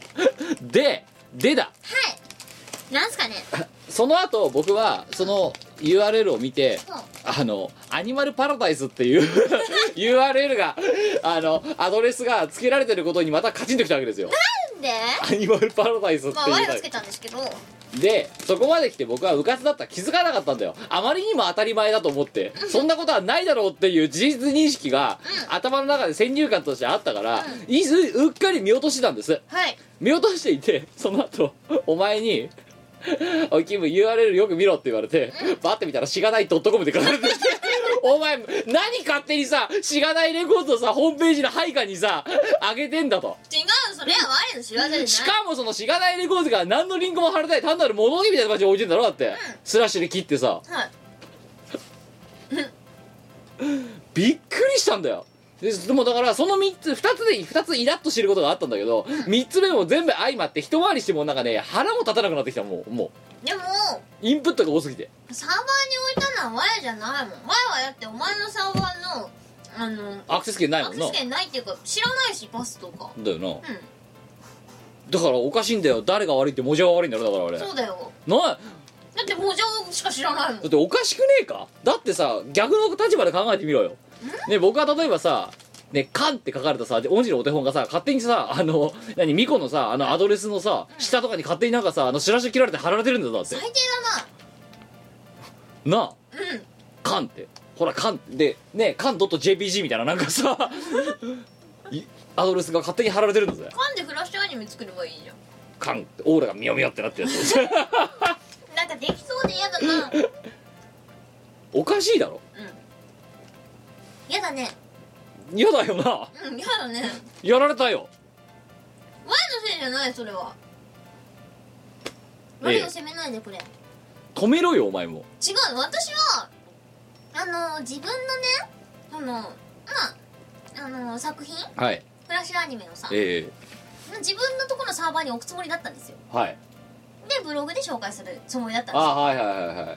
でだはいなんすかねその後僕はその URL を見て、アニマルパラダイスっていうURL がアドレスが付けられてることにまたカチンときたわけですよ。 なんでアニマルパラダイスっていう、 我がつけたんですけど、 でそこまで来て僕はうかつだったら気づかなかったんだよ。あまりにも当たり前だと思ってそんなことはないだろうっていう事実認識が頭の中で先入観としてあったから、うっかり見落としてたんです。 はい、 見落としていて、その後お前においキム URL よく見ろって言われて、バッて見たらしがない .com って書かれててお前何勝手にさしがないレコードをさホームページの配下にさ上げてんだと。 違う、それは我の仕業じゃない。 しかもそのしがないレコードが何のリンクも貼れない単なる物置みたいな場所に置いてんだろだって、スラッシュで切ってさ、びっくりしたんだよ。でもだからその2つイラッとしてることがあったんだけど、3つ目も全部相まって一回りしてもなんかね腹も立たなくなってきた。もうでもインプットが多すぎてサーバーに置いたのは我じゃないもん。我はだってお前のサーバーのアクセス権ないもんな。 アクセス権ないっていうか知らないし、パスとかだよな、だからおかしいんだよ。誰が悪いってモジャが悪いんだろ。だからあれそうだよ。 だってモジャしか知らないもん。 だっておかしくねえか。だってさ逆の立場で考えてみろよ。ね、僕は例えばさね、カンって書かれたさ文字のお手本がさ勝手にさミコのさアドレスのさ、下とかに勝手になんかさチラシ切られて貼られてるんだぞ。だって最低なあ、カンってほらカンでねカン .jpg みたいななんかさアドレスが勝手に貼られてるんだぜ。 カンでフラッシュアニメ作ればいいじゃん。 カンってオーラがミヨミヨってなってやつなんかできそうで嫌だな。 おかしいだろ。 嫌だね。 嫌だよな。 嫌だね。 やられたよ。 我のせいじゃない。それは我を責めないでくれ。 止めろよお前も。 違う、私は自分のね作品、 はい、 フラッシュアニメをさ、 自分のところのサーバーに置くつもりだったんですよ。 はいでブログで紹介するつもりだったんですよ。 はい、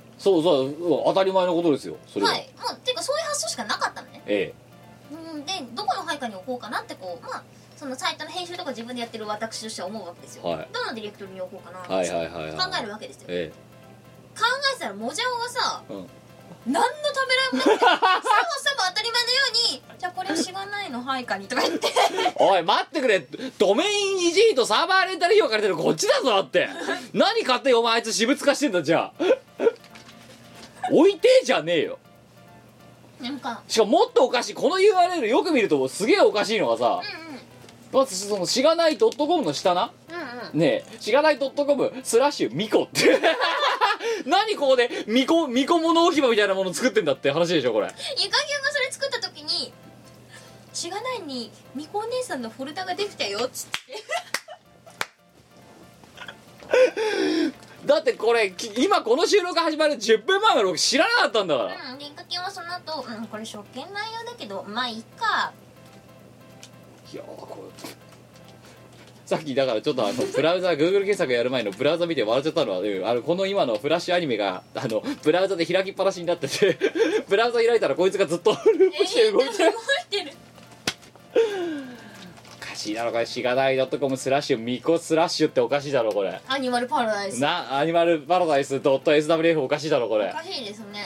そう当たり前のことですよそれは。 はいもうていうかそういう発想しかなかったのね。でどこの配下に置こうかなってそのサイトの編集とか自分でやってる私としては思うわけですよ。どのディレクトリに置こうかなって考えるわけですよ。考えてたらモジャオがさ、何のためらいもなくてさも当たり前のようにじゃあこれしがないの配下にとか言っておい待ってくれ、ドメインいじりとサーバーレンタル費用借りてるこっちだぞ。だって何勝手にお前あいつ私物化してんだ。じゃあ置いてじゃねえよ。 なんかしかももっとおかしい、この URL よく見るとすげえおかしいのがさ、まずそのしがない .com の下な、ねえしがない .com スラッシュミコって何ここでミコ物置き場みたいなもの作ってんだって話でしょこれ。 ゆかきゅんがそれ作った時にしがないにみこお姉さんのフォルダができたよっつってだってこれ今この収録始まる10分前まで僕知らなかったんだから。 ゆかきゅんはその後、これ職権内容だけどまあいいか。 いやこれさっきだからちょっとブラウザ Google 検索やる前のブラウザ見て笑っちゃったのは、この今のフラッシュアニメがブラウザで開きっぱなしになっててブラウザ開いたらこいつがずっとループして動いてる、おかしいだろこれ。しがない .com スラッシュミコスラッシュっておかしいだろこれ。 アニマルパラダイスアニマルパラダイス .swf おかしいだろこれ。 おかしいですね。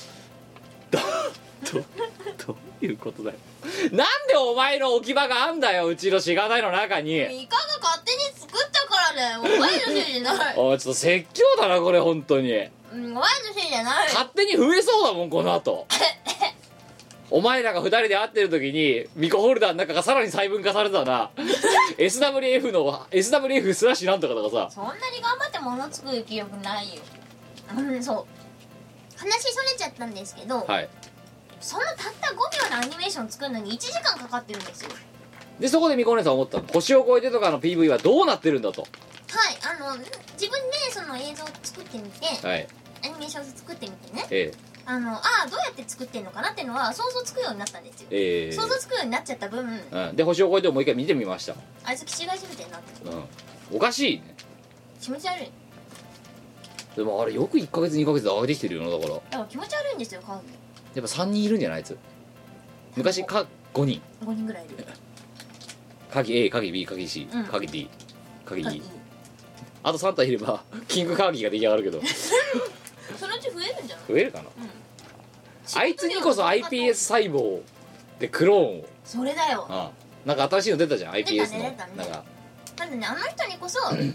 どういうことだよ。なんでお前の置き場があんだようちのしがないの中に。 イカが勝手に作ったからだよ。お前のせいじゃないおいちょっと説教だなこれ本当に。 お前のせいじゃない。 勝手に増えそうだもんこの後お前らが2人で会ってる時にミコホルダーの中がさらに細分化されたなSWF の SWF スラッシュなんとかとかさ。 そんなに頑張って物作る気力ないよ。そう話それちゃったんですけど、 はい、 そのたった5秒のアニメーション作るのに1時間かかってるんですよ。 でそこでミコお姉さん思ったの、星を越えてとかの PV はどうなってるんだと。 はい自分でその映像を作ってみて、 はい、 アニメーションを作ってみてね、どうやって作ってんのかなっていうのは想像つくようになったんですよ。想像つくようになっちゃった分、 で星を越えてもう一回見てみました。 あいつ気違いじみてんなって、 おかしいね。 気持ち悪い。 でもあれよく1ヶ月2ヶ月で上げてきてるよな。だから気持ち悪いんですよ。やっぱ3人いるんじゃないあいつ。昔5人ぐらいいる。 鍵 A 鍵 B 鍵 C 鍵 D 鍵 E、あと3体いればキングカーギーが出来上がるけどそのうち増えるんじゃない。 増えるかな、あいつにこそ iPS 細胞でクローンを。 それだよ。 なんか新しいの出たじゃん iPS の。 出たねなんかなんでね、あの人にこそ増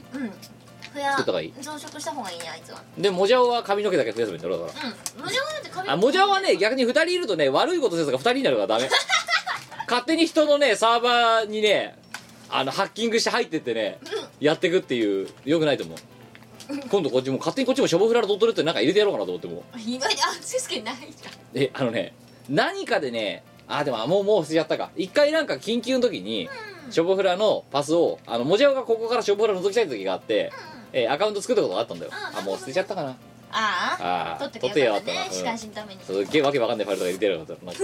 殖した方がいいね、あいつは。 でもじゃおは髪の毛だけ増やせばいいんだろうだかもじゃおだって髪ら。もじゃおはね逆に2人いるとね悪いことせずが2人になるからダメ。勝手に人のねサーバーにねハッキングして入ってってね、やってくっていうよくないと思う。今度こっちも勝手にこっちもしょぼふらのドットレってなんか入れてやろうかなと思っても。 意外に確かにないじゃん。 何かでねでももう捨てちゃったか。一回なんか緊急の時に、しょぼふらのパスをもじゃおがここからしょぼふら覗きたい時があって、アカウント作ったことがあったんだよ。もう捨てちゃったかな。 取ってよかったね、仕返しのために。 すっげえわけわかんないファイルとか入れてやるからなんか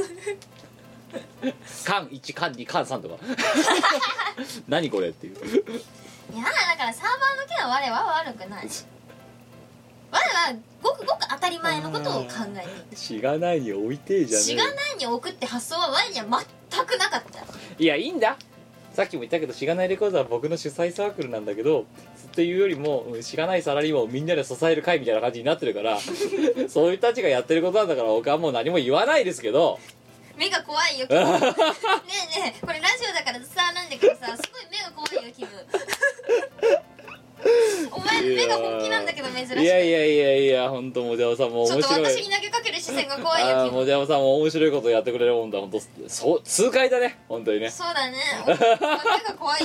缶1缶2缶3とか何これっていう。 いやだからサーバーの件は我は悪くない。我はごくごく当たり前のことを考えている。 しがないに置いてえじゃねえ。 しがないに置くって発想は我には全くなかった。 いやいいんだ。さっきも言ったけどしがないレコードは僕の主催サークルなんだけどっていうよりもしがないサラリーマンをみんなで支える会みたいな感じになってるからそういう人たちがやってることなんだから僕はもう何も言わないですけど。 目が怖いよキム。ねえねえこれラジオだから伝わらないんだけどさ、すごい目が怖いよキム。お前目が本気なんだけど珍しい。 いや本当もじゃおさんも面白い。 ちょっと私に投げかける視線が怖いよキム。 もじゃおさんも面白いことやってくれるもんだ。本当そう痛快だね本当にね。 そうだね。目が怖い。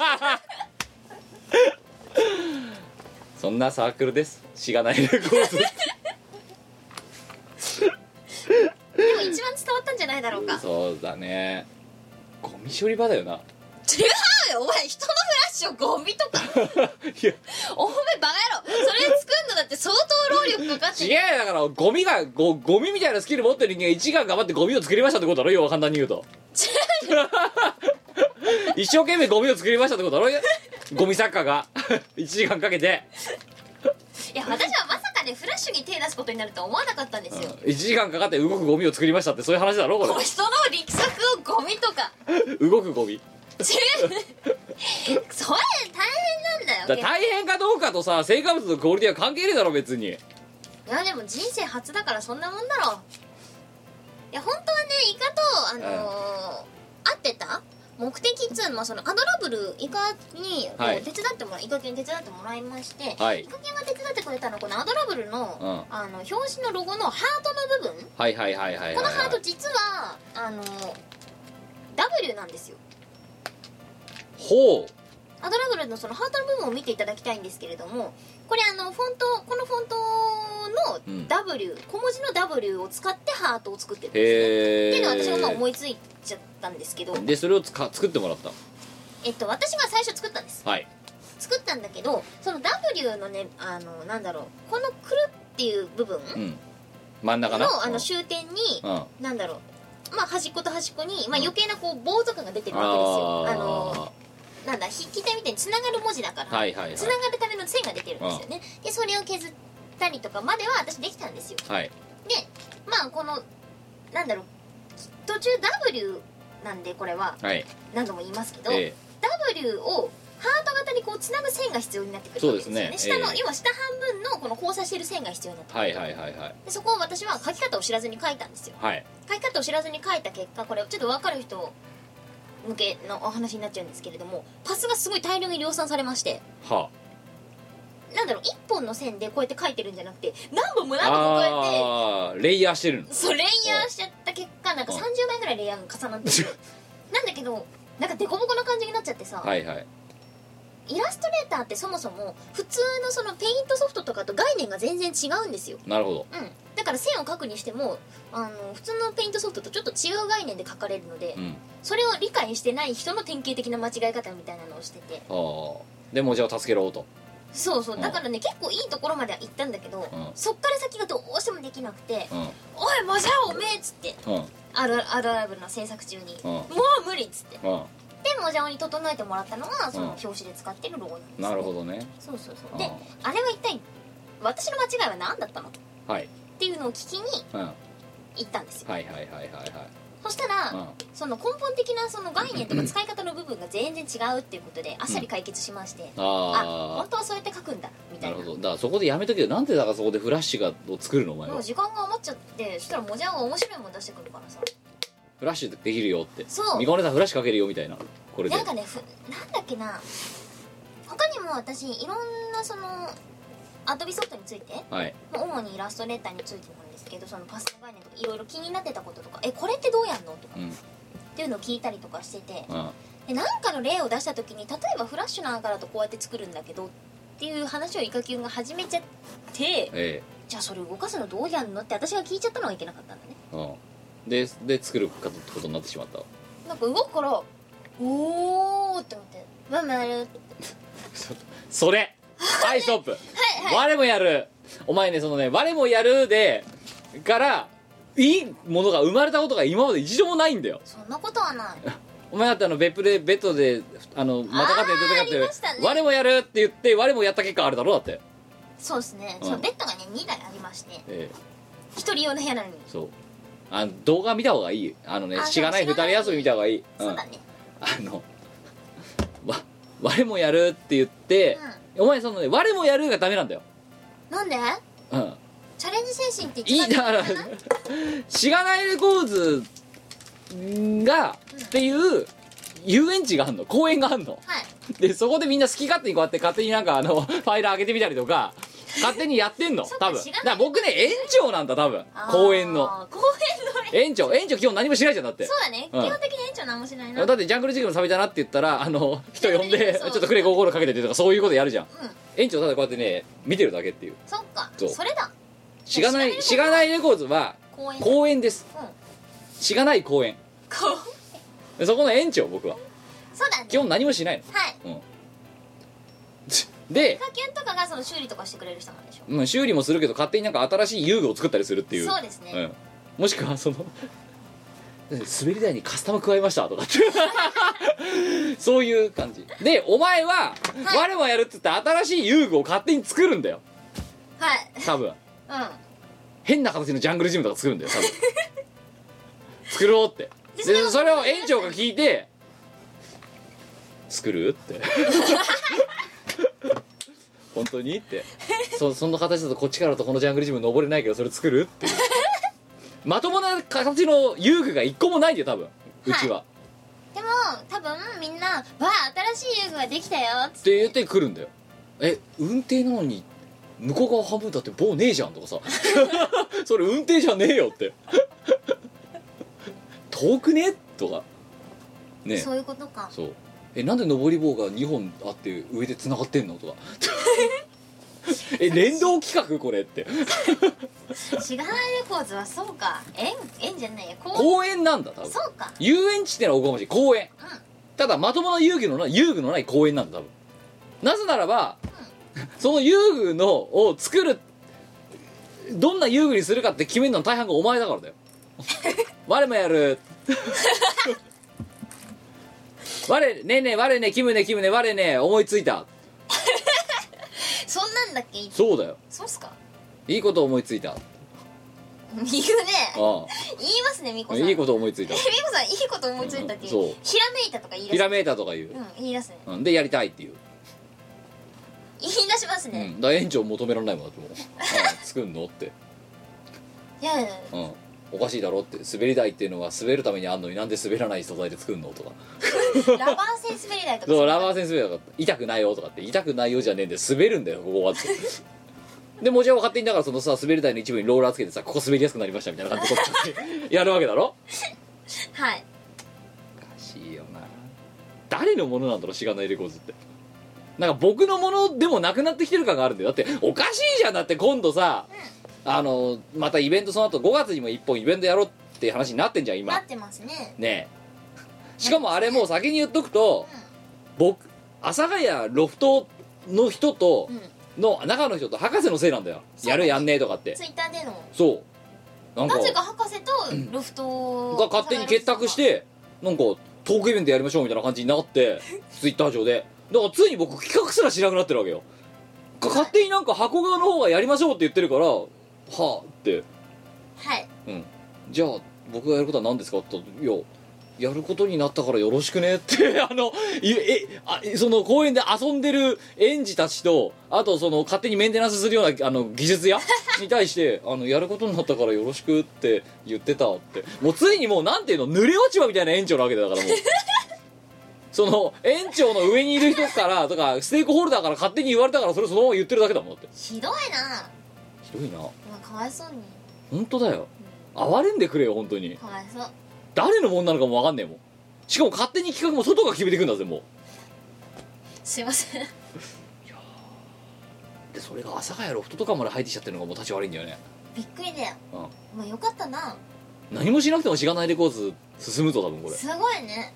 そんなサークルです。しがないレコード。 でも一番伝わったんじゃないだろうか。 そうだね。ゴミ処理場だよな。 違うよお前、人のフラッシュをゴミとか。 いやお前バカ野郎、それ作るのだって相当労力かかってる。 違うよ、だからゴミみたいなスキル持ってる人間が1時間頑張ってゴミを作りましたってことだろ。要は簡単に言うと一生懸命ゴミを作りましたってことだろ。ゴミ作家が1時間かけて。 いや私はまさかねフラッシュに手出すことになるとは思わなかったんですよ。 1時間かかって動くゴミを作りましたってそういう話だろこれ。 人の力作をゴミとか動くゴミそれ大変なんだよ。 大変かどうかとさ成果物のクオリティは関係ねえだろ別に。 いやでも人生初だからそんなもんだろ。いや本当はねイカと合ってた目的っつうのはそのアドラブルイカに手伝ってもらい、イカ系に手伝ってもらいまして、イカ系が手伝ってくれたのはこのアドラブルの、表紙のロゴのハートの部分。このハート実はW なんですよ。 ほう。 アドラブルのそのハートの部分を見ていただきたいんですけれども、これこのフォントの W、小文字の W を使ってハートを作ってるんですね。っていうのは私が思いついちゃったんですけど、 でそれを作ってもらった。 私が最初作ったんです、作ったんだけど、その W のねなんだろう、このくるっていう部分真ん中の終点に、なんだろう、端っこと端っこに、余計なこう棒とかが出てるわけですよ。なんだ筆記体みたいにつながる文字だから、つながるための線が出てるんですよね。でそれを削ったりとかまでは私できたんですよ。でこのなんだろう、途中 W なんでこれは何度も言いますけど、W をハート型にこうつなぐ線が必要になってくるわけですよね。下の要は下半分のこの交差してる線が必要になってくる。でそこを私は書き方を知らずに書いたんですよ。書き方を知らずに書いた結果、これちょっと分かる人向けのお話になっちゃうんですけれども、パスがすごい大量に量産されまして、なんだろう、1本の線でこうやって書いてるんじゃなくて何本もこうやってレイヤーしてるの。 そうレイヤーしちゃった結果、なんか30枚ぐらいレイヤーが重なってるなんだけどなんかデコボコな感じになっちゃってさ、イラストレーターってそもそも普通のそのペイントソフトとかと概念が全然違うんですよ。 なるほど。 だから線を描くにしても普通のペイントソフトとちょっと違う概念で描かれるので、それを理解してない人の典型的な間違い方みたいなのをしてて、 でもじゃあ助けろと。 そうだからね結構いいところまでは行ったんだけど、そっから先がどうしてもできなくて、おいもじゃおめえっつって、アドラブルの制作中に、もう無理っつって、でもじゃおに整えてもらったのがその表紙で使ってるロゴなんですね。 なるほどね。 そうで、あれは一体私の間違いは何だったのと、っていうのを聞きに行ったんですよ。 そしたら、 うんその根本的なその概念とか使い方の部分が全然違うっていうことであっさり解決しまして、 あ本当はそうやって書くんだみあたいな。 なるほど。だからそこでやめとけよ。なんでだからそこでフラッシュを作るのお前は。 もう時間が余っちゃって、そしたらもじゃが面白いもん出してくるからさ。 フラッシュできるよって。 そうみこねさんフラッシュかけるよみたいな。これでなんかねなんだっけな、他にも私いろんなそのアドビソフトについて、 はい主にイラストレーターについてなんですけど、そのパスの概念とかいろいろ気になってたこととか、これってどうやんのとか、 うんっていうのを聞いたりとかしてて、 うんでなんかの例を出した時に、例えばフラッシュなんかだとこうやって作るんだけどっていう話をイカキュンが始めちゃって、じゃあそれ動かすのどうやんのって私が聞いちゃったのがいけなかったんだね。 で作ることになってしまった。 なんか動くからおーって思ってママやるそれはいストップ我もやる。お前ね、そのね我もやるでからいいものが生まれたことが今まで一度もないんだよ。 そんなことはないお前だってベッドでまたかって出てかってありましたね我もやるって言って我もやった結果あるだろ。だってそうですね、 うんそのベッドがね2台ありまして、 ええ一人用の部屋なのにそう動画見た方がいい。しがない二人遊び見た方がいい。 そうだね、 我もやるって言って、お前そのね我もやるがダメなんだよ。 なんでうんチャレンジ精神っていいだからしがないレコーズがっていう遊園地があんの、公園があんのはいで、そこでみんな好き勝手にこうやって勝手になんかファイル上げてみたりとか勝手にやってんの多分。だから僕ね園長なんだ多分。公園の公園の園長基本何もしないじゃん。だってそうだね、 うん基本的に園長なんもしないな。 だってジャングルジムのサビだなって言ったら人呼んでちそうょっとクレ556かけててとかそういうことやるじゃん。 うん園長ただこうやってね見てるだけっていう。 そっかそうそれだ。 しがないレコーズは公園公園です。 うんしがない公園こうでそこの園長僕はそうだね基本何もしないはいの。うんでイカキュンとかがその修理とかしてくれる人なんでしょ。 修理もするけど勝手になんか新しい遊具を作ったりするっていう。 そうですね、 もしくはその滑り台にカスタム加えましたとかってそういう感じで、お前は、我もやるって言って新しい遊具を勝手に作るんだよはい多分。 うん変な形のジャングルジムとか作るんだよ多分作ろうってでそれを園長が聞いて作るって本当にってその形だとこっちからだとこのジャングルジム登れないけどそれ作るっていうまともな形の遊具が一個もないんだよ多分うちは、 でも多分みんなわあ新しい遊具ができたよっつっってて言って来るんだよ。運転なのに向こう側半分だって棒ねえじゃんとかさそれ運転じゃねえよって遠くねとかね。 そういうことか。 そうなんで上り棒が2本あって上で繋がってんのとか連動企画これってしがないレコーズはそうか、園じゃないや公園なんだ多分。 そうか遊園地ってのはおこがましい。公園、ただまともな遊具のない公園なんだ多分。なぜならば、その遊具を作るどんな遊具にするかって決めるのの大半がお前だからだよ我もやる我ねキムね我ね思いついたそんなんだっけ。 そうだよ。 そうっすか。 いいこと思いついた。 言うね。 あ言いますねみこさん。 いいこと思いついた。 みこさんいいこと思いついたっていう。 そうひらめいたとか言い出す。 ひらめいたとか言う、 言い出すね。 でやりたいっていう。 言い出しますね。 だから園長求められないもんだってもう作んのっていやいやおかしいだろって。滑り台っていうのは滑るためにあんのになんで滑らない素材で作んのとかラバー線滑り台とか。 そうラバー線滑り台とか痛くないよとかって痛くないよじゃねえんで滑るんだよここはってでもちろん勝手にだからそのさ滑り台の一部にローラーつけてさここ滑りやすくなりましたみたいな感じでこうやるわけだろ。 はい。 おかしいよな。誰のものなんだろうしがないレコーズって。なんか僕のものでもなくなってきてる感があるんだよ。だっておかしいじゃん。だって今度さ、またイベントその後5月にも1本イベントやろうって話になってんじゃん今。 なってますね。 ねえ。しかもあれもう先に言っとくと、僕阿佐ヶ谷ロフトの人と、の中の人と博士のせいなんだよ。やるやんねえとかって。 ツイッターでの。 そうなんかなぜか博士とロフトが勝手に結託してなんかトークイベントやりましょうみたいな感じになってツイッター上でだからついに僕企画すらしなくなってるわけよ。勝手になんか箱側の方がやりましょうって言ってるからはあってはい。 じゃあ僕がやることは何ですかって言ったら、いややることになったからよろしくねってその公園で遊んでる園児たちと、あとその勝手にメンテナンスするような技術屋に対してやることになったからよろしくって言ってたって、もうついにもうなんていうの、濡れ落ち葉みたいな園長なわけだから、もうその園長の上にいる人からとかステークホルダーから勝手に言われたから、それそのまま言ってるだけだもん。だってひどいな。 ひどいな。 かわいそうに。 本当だよ、哀れんでくれよ本当に。 かわいそう。 誰のもんなのかも分かんねえもん。しかも勝手に企画も外が決めていくんだぜ、もう。 すいません。 でそれが阿佐ヶ谷ロフトとかまで入ってきちゃってるのがもう立ち悪いんだよね。 びっくりだよ。まあよかったな。 何もしなくてもしがないレコーズ進むぞ多分これ。 すごいね。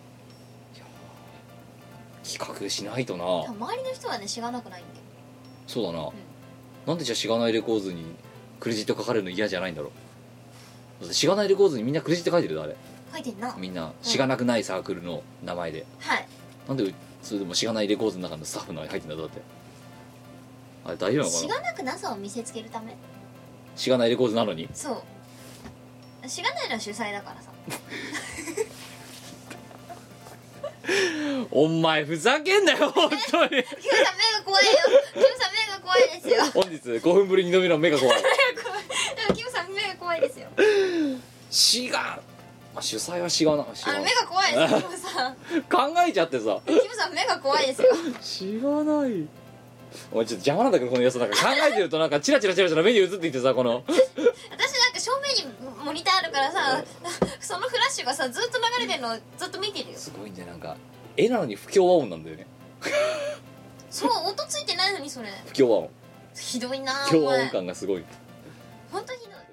企画しないとな。 周りの人はねしがなくないんだよ。 そうだな、なんでじゃあしがないレコーズにクレジット書かれるの嫌じゃないんだろう。だってしがないレコーズにみんなクレジット書いてるだあれ。 書いてんな。 みんなしがなくないサークルの名前で、 はい。 なんでそれでもしがないレコーズの中のスタッフの中に入ってんだだって。あれ大丈夫なのかな。 しがなくなさを見せつけるため。 しがないレコーズなのに。 そうしがないのは主催だからさ。 お前ふざけんなよ本当に。 キムさん目が怖いよ。キムさん目が怖いですよ。 本日5分ぶりに2度目の目が怖い。 でもキムさん目が怖いですよ。 しが、主催はしがな、 目が怖いですよキムさん。 考えちゃってさ、 キムさん目が怖いですよ。 しがない。お前ちょっと邪魔なんだけどこのやつ、なんか考えてるとなんかチラチラチラチラ目に映ってきてさ、この私なんか正面にモニターあるからさ、そのフラッシュがさずっと流れてるのをずっと見てるよ。 すごいんだよ、なんか絵なのに不協和音なんだよね。 そう音ついてないのにそれ不協和音、 ひどいな。 不協和音感がすごい。 本当にひどい。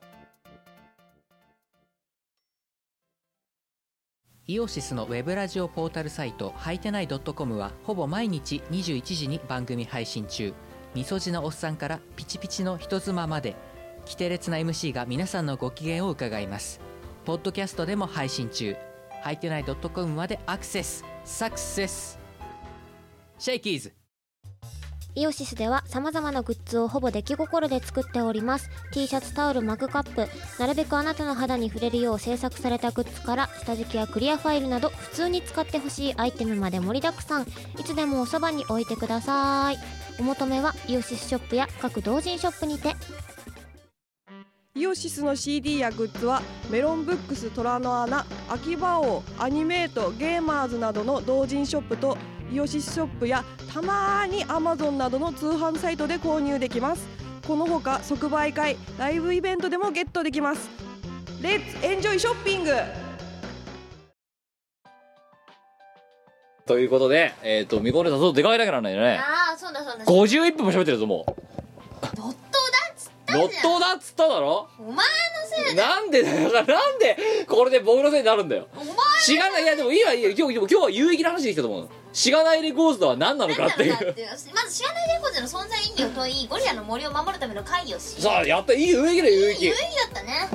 イオシスのウェブラジオポータルサイトはいてない .com はほぼ毎日21時に番組配信中。みそじのおっさんからピチピチの人妻まで、規定列な MC が皆さんのご機嫌を伺います。ポッドキャストでも配信中。はいてない .com までアクセス。サクセスシェイキーズ。 イオシスでは様々なグッズをほぼ出来心で作っております。 T シャツ、タオル、マグカップ、なるべくあなたの肌に触れるよう制作されたグッズから下敷きやクリアファイルなど普通に使ってほしいアイテムまで盛りだくさん。いつでもおそばに置いてください。お求めはイオシスショップや各同人ショップにて。 イオシスの CD やグッズはメロンブックス、虎の穴、秋葉王、アニメート、ゲーマーズなどの同人ショップとイオシスショップやたまに Amazon などの通販サイトで購入できます。このほか即売会、ライブイベントでもゲットできます。レッツエンジョイショッピング。 ということで見これだとでかいだけなんだよね。 ああそうだそうだ。 51分も喋ってるぞもう。 ロットだっつったじゃん。 ロットだっつっただろ。 お前のせいだ。 なんでだよ、なんでこれで僕のせいになるんだよ。 お前しがない、いやでもいいわいいよ、今日は有益な話できたと思う。しがないレコーズとは何なのかっていう。 まず知らないレコーズの存在意義を問い、ゴリラの森を守るための会議をし。 さあやった、いい有益だよ、有益。 有意義だったね。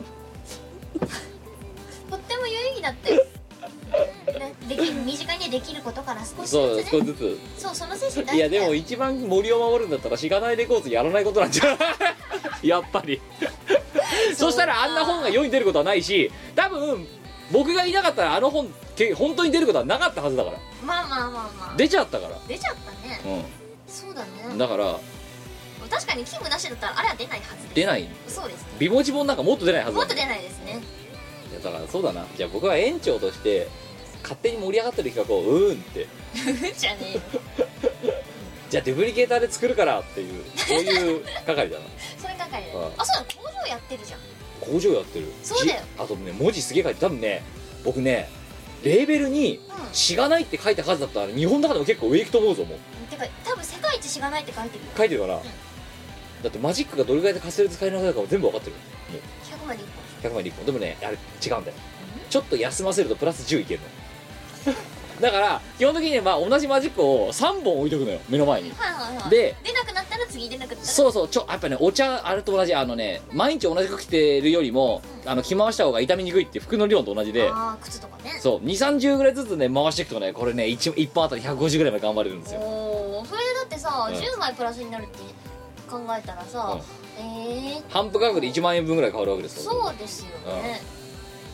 とっても有意義だったよ。できる、身近にできることから少しずつそうね。 少しずつ。 そう、その精神大事だよ。 いやでも一番森を守るんだったらしがないレコーズやらないことなんじゃないやっぱりそしたらあんな本が世に出ることはないし、多分僕がいなかったらあの本本当に出ることはなかったはずだから。 まあまあまあまあ出ちゃったから。 出ちゃったね。そうだね。 だから確かにキムなしだったらあれは出ないはずです。 出ない。 そうですね。 美文字本なんかもっと出ないはずだ。 もっと出ないですね。 いやだからそうだな。じゃあ僕は園長として勝手に盛り上がってる企画をってじゃねえよ。 じゃあデュプリケーターで作るからっていう、そういう係だな。 それ係だよ。あ、そうだ、工場やってるじゃん。 工場やってる。 そうだよ。 あとね文字すげえ書いて、多分ね僕ねレーベルにしがないって書いた数だったら日本の中でも結構上行くと思うぞもう。 てか多分世界一しがないって書いてるよ。 書いてるから、だってマジックがどれぐらいでカステル使えるのかも全部分かってる。もう 100まで1 100枚で1本。でもねあれ違うんだよ、ちょっと休ませるとプラス10いけるのだから基本的には同じマジックを3本置いとくのよ目の前に。 本。はいはいはい。 で出なくなったら次出なくなったら。 そうそう、やっぱねお茶あれと同じ、毎日同じ服着てるよりも、着回した方が傷みにくいっていう服の理論と同じで、 ああ靴とかね。 そう 2,30 ぐらいずつね回していくとね、これね 1本あたり150ぐらいまで頑張れるんですよ。 おお、それだってさ、10枚プラスになるって考えたらさ、 販布価格で1万円分ぐらい変わるわけですよ。 そうですよね。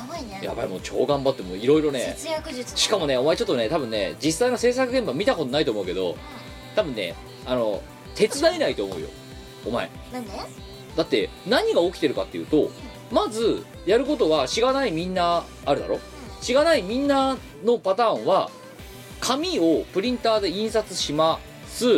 ばいね。 やばい、もう超頑張ってもういろいろね、 節約術。 しかもね、お前ちょっとね、多分ね、実際の制作現場見たことないと思うけど、多分ね、手伝えないと思うよお前。 なんで？ だって何が起きてるかっていうと、まずやることはしがないみんなあるだろ。しがないみんなのパターンは紙をプリンターで印刷します。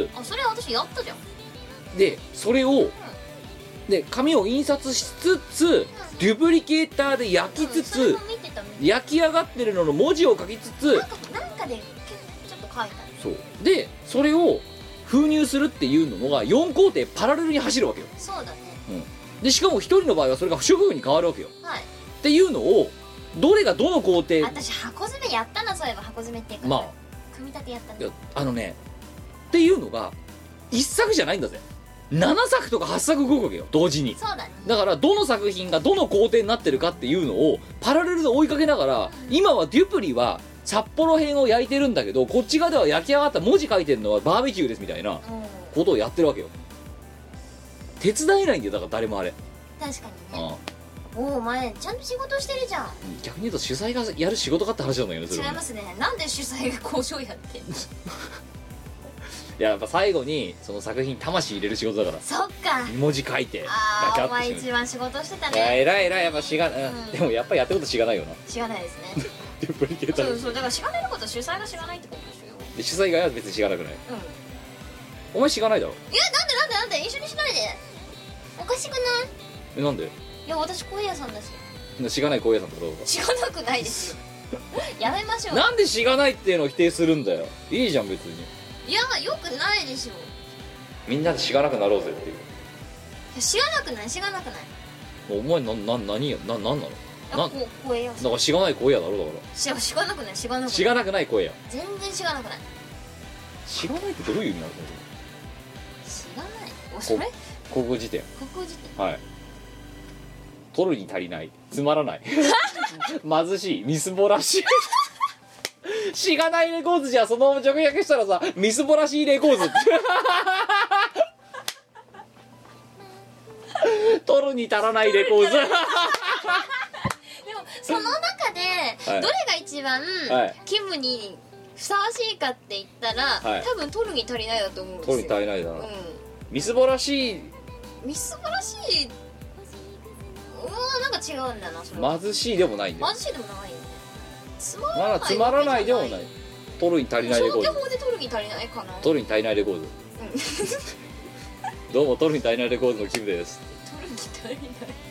あ、それ私やったじゃん。 でそれをで紙を印刷しつつデュプリケーターで焼きつそれつも見てた見て焼き上がってるのの文字を書きつつ、 た。なんかでちょっと書いた。 そうでそれを封入するっていうのが4工程パラレルに走るわけよ。 そうだね。 でしかも1人の場合はそれが不織布に変わるわけよ。 はい。 っていうのをどれがどの工程、 私箱詰めやったな、そういえば箱詰めっていうか、 まあ組み立てやったいやね。 っていうのが1作じゃないんだぜ。7作とか8作動くわけよ同時に。 そうだね。 だからどの作品がどの工程になってるかっていうのをパラレルで追いかけながら、今はデュプリは札幌編を焼いてるんだけど、こっち側では焼き上がった文字書いてるのはバーベキューですみたいなことをやってるわけよ。手伝えないんだよだから誰もあれ。 確かにね。 ああお前ちゃんと仕事してるじゃん。 逆に言うと主催がやる仕事かって話なんだよねそれはね。 違いますね。なんで主催が交渉やってんの？ いややっぱ最後にその作品魂入れる仕事だから。 そっか。 文字書いてああ、お前ガチャッとして一番仕事してたいやね。 偉い偉いやっぱしが、 んでもやっぱやってることしがないよな知らないですね。 デュプリケーターそうそう、だから知らないのことは主催が知らないってことですよ。 で主催が別にしがなくない。 うん。 お前しがないだろ。 いや、なんで一緒にしないで。おかしくない？ なんでいや、私小屋さんだし。 しがない高野山ってこと知らなくないですよ。やめましょう。 なんでしがないっていうのを否定するんだよ。いいじゃん別に。 いや、よくないでしょ。 みんなでしがなくなろうぜっていう。 いや、知らなくない。 お前何なのな小屋だからしがない高野だろ。だから知らなくない。 しがなくない高野。 全然知らなくない。 しがないってどういう意味なの？ 知らない。お、それ高校辞典。 高校時点。 はい。取るに足りない、つまらない貧しい、みすぼらしいしがないレコーズじゃそのまま直訳したらさ、みすぼらしいレコーズって取るに足らないレコーズでもその中ではいどれが一番はいキムにふさわしいかって言ったら、 はい多分取るに足りないだと思うんですよ。 取るに足りないだな、 うみすぼらしい、 ん。みすぼらしい。なんか違うんだなそれは。 貧しいでもないんだよ。 貧しいでもないよね。つままだらない。 つまらないでもない。取るに足りないレコーズ。 消去法で取るに足りないかな。 取るに足りないレコーズ。どうも取るに足りないレコーズのキムです。 取るに足り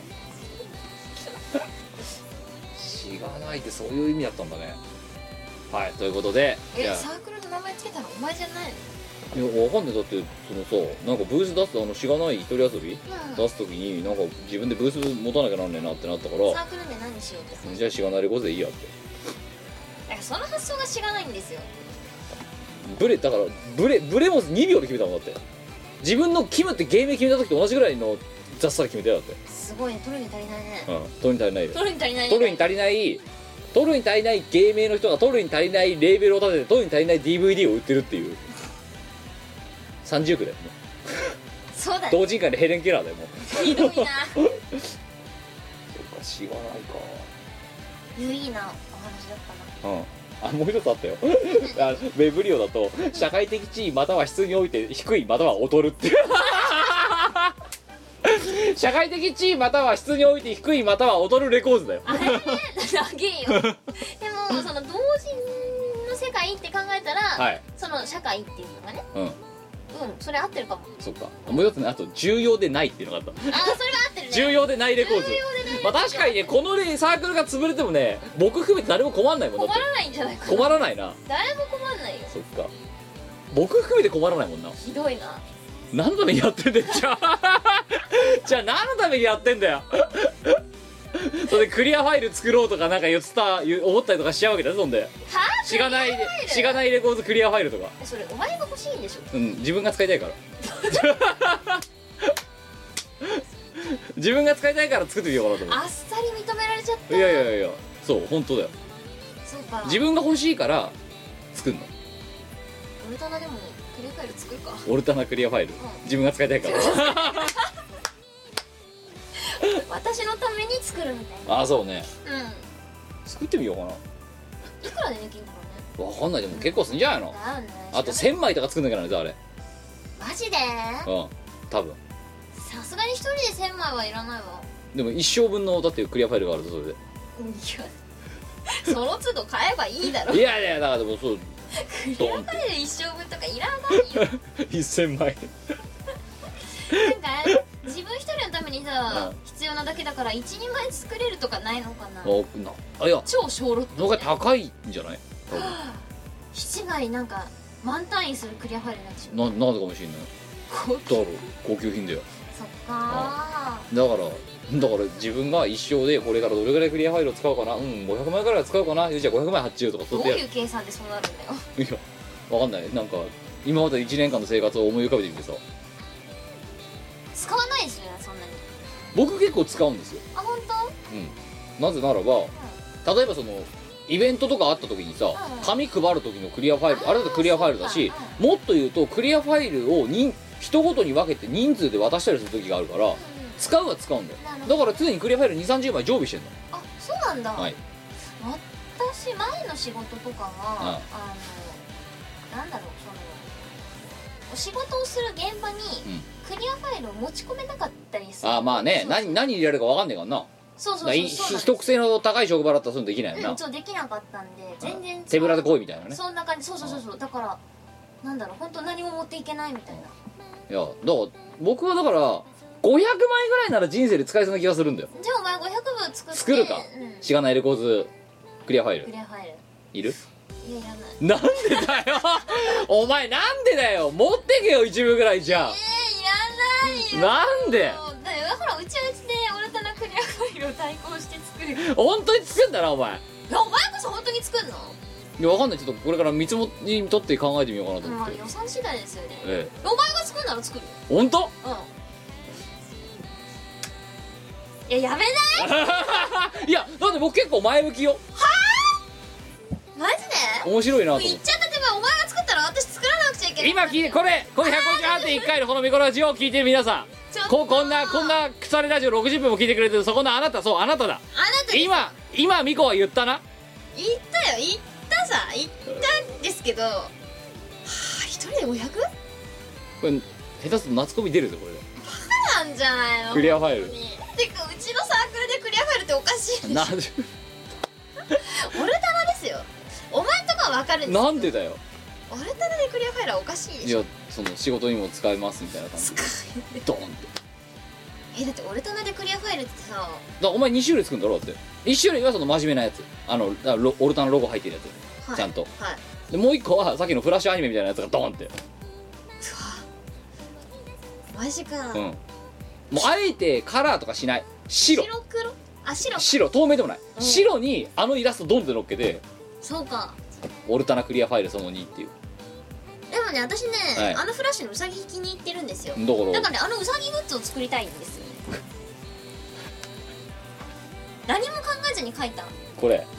ない。 しがないってそういう意味だったんだね。はい、ということで、じゃあサークルの名前つけたのお前じゃないの？ いやわかんない。だってそのさ、なんかブース出すしがない一人遊び、出すときになんか自分でブース持たなきゃなんねえなってなったから、 サークルで何しようって話。 じゃあしがないレコーズでいいやって。 だからその発想が知らないんですよ。 だからブレも2秒で決めたもんだって。自分のキムって芸名決めた時と同じぐらいの雑さで決めたよだって。 すごいね、取るに足りないね。 取るに足りないよ。 取るに足りない。 取るに足りない芸名の人が取るに足りないレーベルを立てて取るに足りない DVD を売ってるっていう30区だよもう。 そうだね。 同人会でヘレン・ケラーだよもう。 ひどいな。 そっかしがないか。 有意義なお話だったな。 あ、もう一つあったよウェブリオだと社会的地位または質において低いまたは劣るっていう社会的地位または質において低いまたは劣るレコーズだよ。 あれ長えよ。でもその同人の世界って考えたら、 はい、 その社会っていうのがね、それ合ってるかも。 そっか。もう一つね、あと重要でないっていうのがあった。 それは合ってるね。 重要でないレコーズ。まあ確かにね、このサークルが潰れてもね、僕含めて誰も困んないもんだって。 困らないんじゃないかな。 困らないな。 誰も困んないよ。 そっか。僕含めて困らないもんな。 ひどいな。 何のためにやってんだよじゃあじゃあ何のためにやってんだよそれでクリアファイル作ろうとかなんか思ったりとかしちゃうわけだよ。そんでしがないレコードクリアファイルとか。 それお前が欲しいんでしょ。 自分が使いたいから自分が使いたいから作ってみようかなと思って。 あっさり認められちゃった。 いやそう本当だよ。 そうか。 自分が欲しいから作るの。 オルタナでもクリアファイル作るか。 オルタナクリアファイル、自分が使いたいから私のために作るみたいな。 ああそうね。 作ってみようかな。 いくらでできるんだろうね。 わかんない。でも結構すんじゃないの。 だよね。 あと1000枚とか作んなきゃならないぞあれ。 マジで多分。 さすがに一人で1000枚はいらないわ。 でも一生分のだってクリアファイルがあるとそれで。 いやその都度買えばいいだろ。 いやいやだからでもそうクリアファイル一生分とかいらないよ。 1000枚なんか自分一人のためにさ、必要なだけだから12枚作れるとかないのかな。 いや超小ロットのが高いんじゃない。多分 7枚なんか満単位するクリアファイルになってしまう。 なんでかもしれない。だろう高級品だよ。 そっかだから自分が一生でこれからどれぐらいクリアファイルを使うかな、500枚ぐらいは使うかな、じゃあ500枚発注とかどういう計算でそうなるんだよ。 いやわかんない。なんか今まで1年間の生活を思い浮かべてみてさ、 使わないですよねそんなに。 僕結構使うんですよ。 あ本当？ なぜならば、例えばそのイベントとかあった時にさ、紙配る時のクリアファイル、あれだとクリアファイルだし、もっと言うとクリアファイルを人ごとに分けて人数で渡したりする時があるから、使うは使うんだよ。だから常にクリアファイル 2,30 枚常備してんの。 あそうなんだ。 はい。 私前の仕事とかは、なんだろう、そのお仕事をする現場にクリアファイルを持ち込めなかったりする。 まあね、何入れられるか分かんねえからな。 そう一癖の高い職場だったらそういうのできないよな。 そうできなかったんで全然手ぶらで来いみたいなね。 そんな感じ。そうだからなんだろう、本当何も持っていけないみたいな。 いやだから僕はだから500枚ぐらいなら人生で使えそうな気がするんだよ。 じゃあお前500分作るか、しがないレコーズクリアファイルクリアファイルいる？ いやいらない。 なんでだよお前なんでだよ、持ってけよ一部ぐらいじゃあ。 いらないよ。 なんでだからうちはうちでオルタナクリアファイルを対抗して作る。 本当に作んだなお前。 いやお前こそ本当に作るの？ いやわかんない。ちょっとこれから見積もりにとって考えてみようかなと思って。 予算次第ですよね。 ええ、 お前が作るなら作るよ。 本当？ いややめないいやだって僕結構前向きよ。 マジで？ 面白いなと思って。 言っちゃったってばお前が作ったら私作らなくちゃいけない。 今聞いてこれ158.1回のこのミコラジオを聞いてる皆さん、こんな腐れラジオ60分も聞いてくれてるそこのあなた、そうあなただ。 あなたです。 今ミコは言ったな。 言ったんですけど、一人で 500？ これ下手すると夏コミ出るぞこれで。 バカなんじゃないの？ クリアファイルてかうちのサークルでクリアファイルっておかしいでしょ。 なんでオルタナですよ。お前とかは分かるんですけど、 なんでだよ。 オルタナでクリアファイルはおかしいでしょ。 いやその仕事にも使えますみたいな感じでドーンって。 だってオルタナでクリアファイルってさ、 だからお前2種類作るんだろ。だって1種類はその真面目なやつ、オルタナロゴ入ってるやつ、ちゃんと。でもう1個はさっきのフラッシュアニメみたいなやつがドーンって。 マジか。 もうあえてカラーとかしない。白黒？あ白透明でもない、白にあのイラストドンって乗っけて、 そうか。 オルタナクリアファイルその2っていう。 でもね私ね、 はいあのフラッシュのウサギ気に入ってるんですよ。 だからねあのウサギグッズを作りたいんですよね。何も考えずに書いた。 これ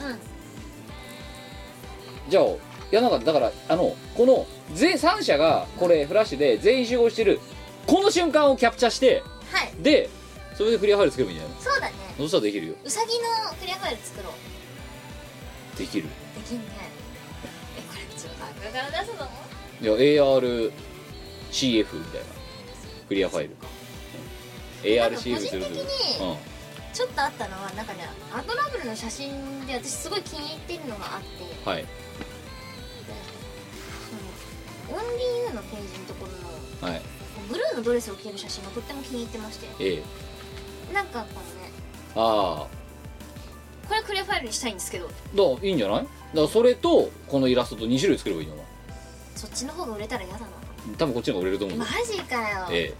じゃあいやなんかだからこの3社がこれフラッシュで全員集合してるこの瞬間をキャプチャーして、でそれでクリアファイル作ればいいんじゃないの？ そうだね。 そしたらできるよ。 ウサギのクリアファイル作ろう。 できる。 できんね。これちょっとサークルから出すの？ いや ARCF みたいなクリアファイル。ARCF する個人的にちょっとあったのはなんかね、アドラブルの写真で私すごい気に入ってるのがあって、 はい。 オンリーユーのページのところの、ブルーのドレスを着てる写真がとっても気に入ってまして、なんかこのね、これクリアファイルにしたいんですけど。 いいんじゃない？だからそれとこのイラストと2種類作ればいいの。 そっちの方が売れたら嫌だな。 多分こっちの方が売れると思う。 マジかよ。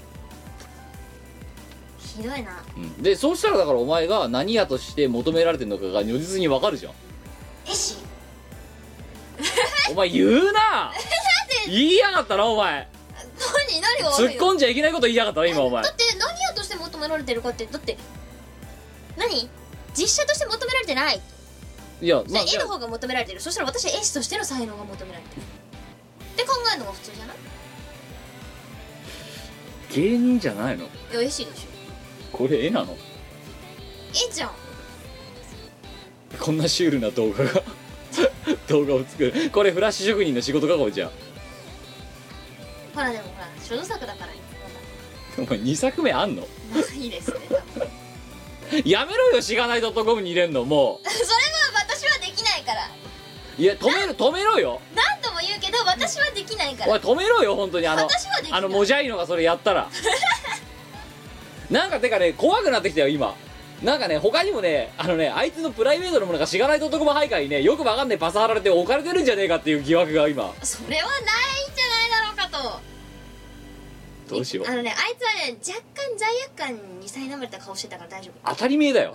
ひどいな。 でそうしたらだからお前が何やとして求められてるのかが如実に分かるじゃん。お前言うな言いやがったなお前。 何が悪いの？ 突っ込んじゃいけないこと言いやがったな今お前。 だって何やとして求められてるかって、だって実写として求められてない。 いや絵の方が求められてる。そしたら私は絵師としての才能が求められてるって考えるのが普通じゃない？ 芸人じゃないの？ いや絵師でしょ。 これ絵なの？ 絵じゃん。 こんなシュールな動画が動画を作る、これフラッシュ職人の仕事かこれじゃあ。 ほらでもほら所蔵作だからお前2作目あんの？ いいですね多分やめろよ、しがない .com に入れんのもそれは私はできないから。 う。いや止めろよ。 何度も言うけど私はできないから。 おい止めろよ本当に。 私はできない。 もじゃいのがそれやったらなんかてかね、怖くなってきたよ今。なんかね、他にもね、あいつのプライベートのものがしがない .com 配下にね、よくわかんないパス貼られて置かれてるんじゃねえかっていう疑惑が今。 それはないんじゃないだろうかと。 どうしよう。 あいつはね若干罪悪感に苛まれた顔してたから大丈夫。 当たり前だよ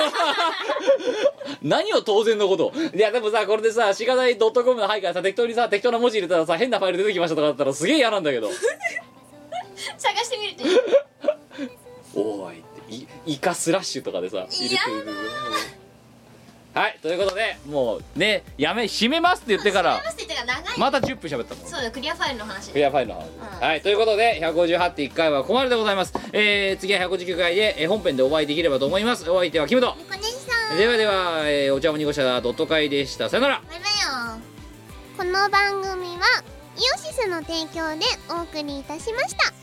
何を当然のことを。いやでもさ、これでさ、しがない .com の配下さ、適当な文字入れたらさ、変なファイル出てきましたとかだったらすげえ嫌なんだけど探してみるといいおーいってイカスラッシュとかでさ入れてる。はい、ということでもうね、閉めますって言ってからまた10分喋ったもん。 そうだ、クリアファイルの話。 クリアファイルの話、はい、ということで 158.1 回はここまででございます。次は159回で本編でお会いできればと思います。お相手はキムトではでは、お茶もにごしゃドット会でした。さよなら。 バイバイよ。この番組はイオシスの提供でお送りいたしました。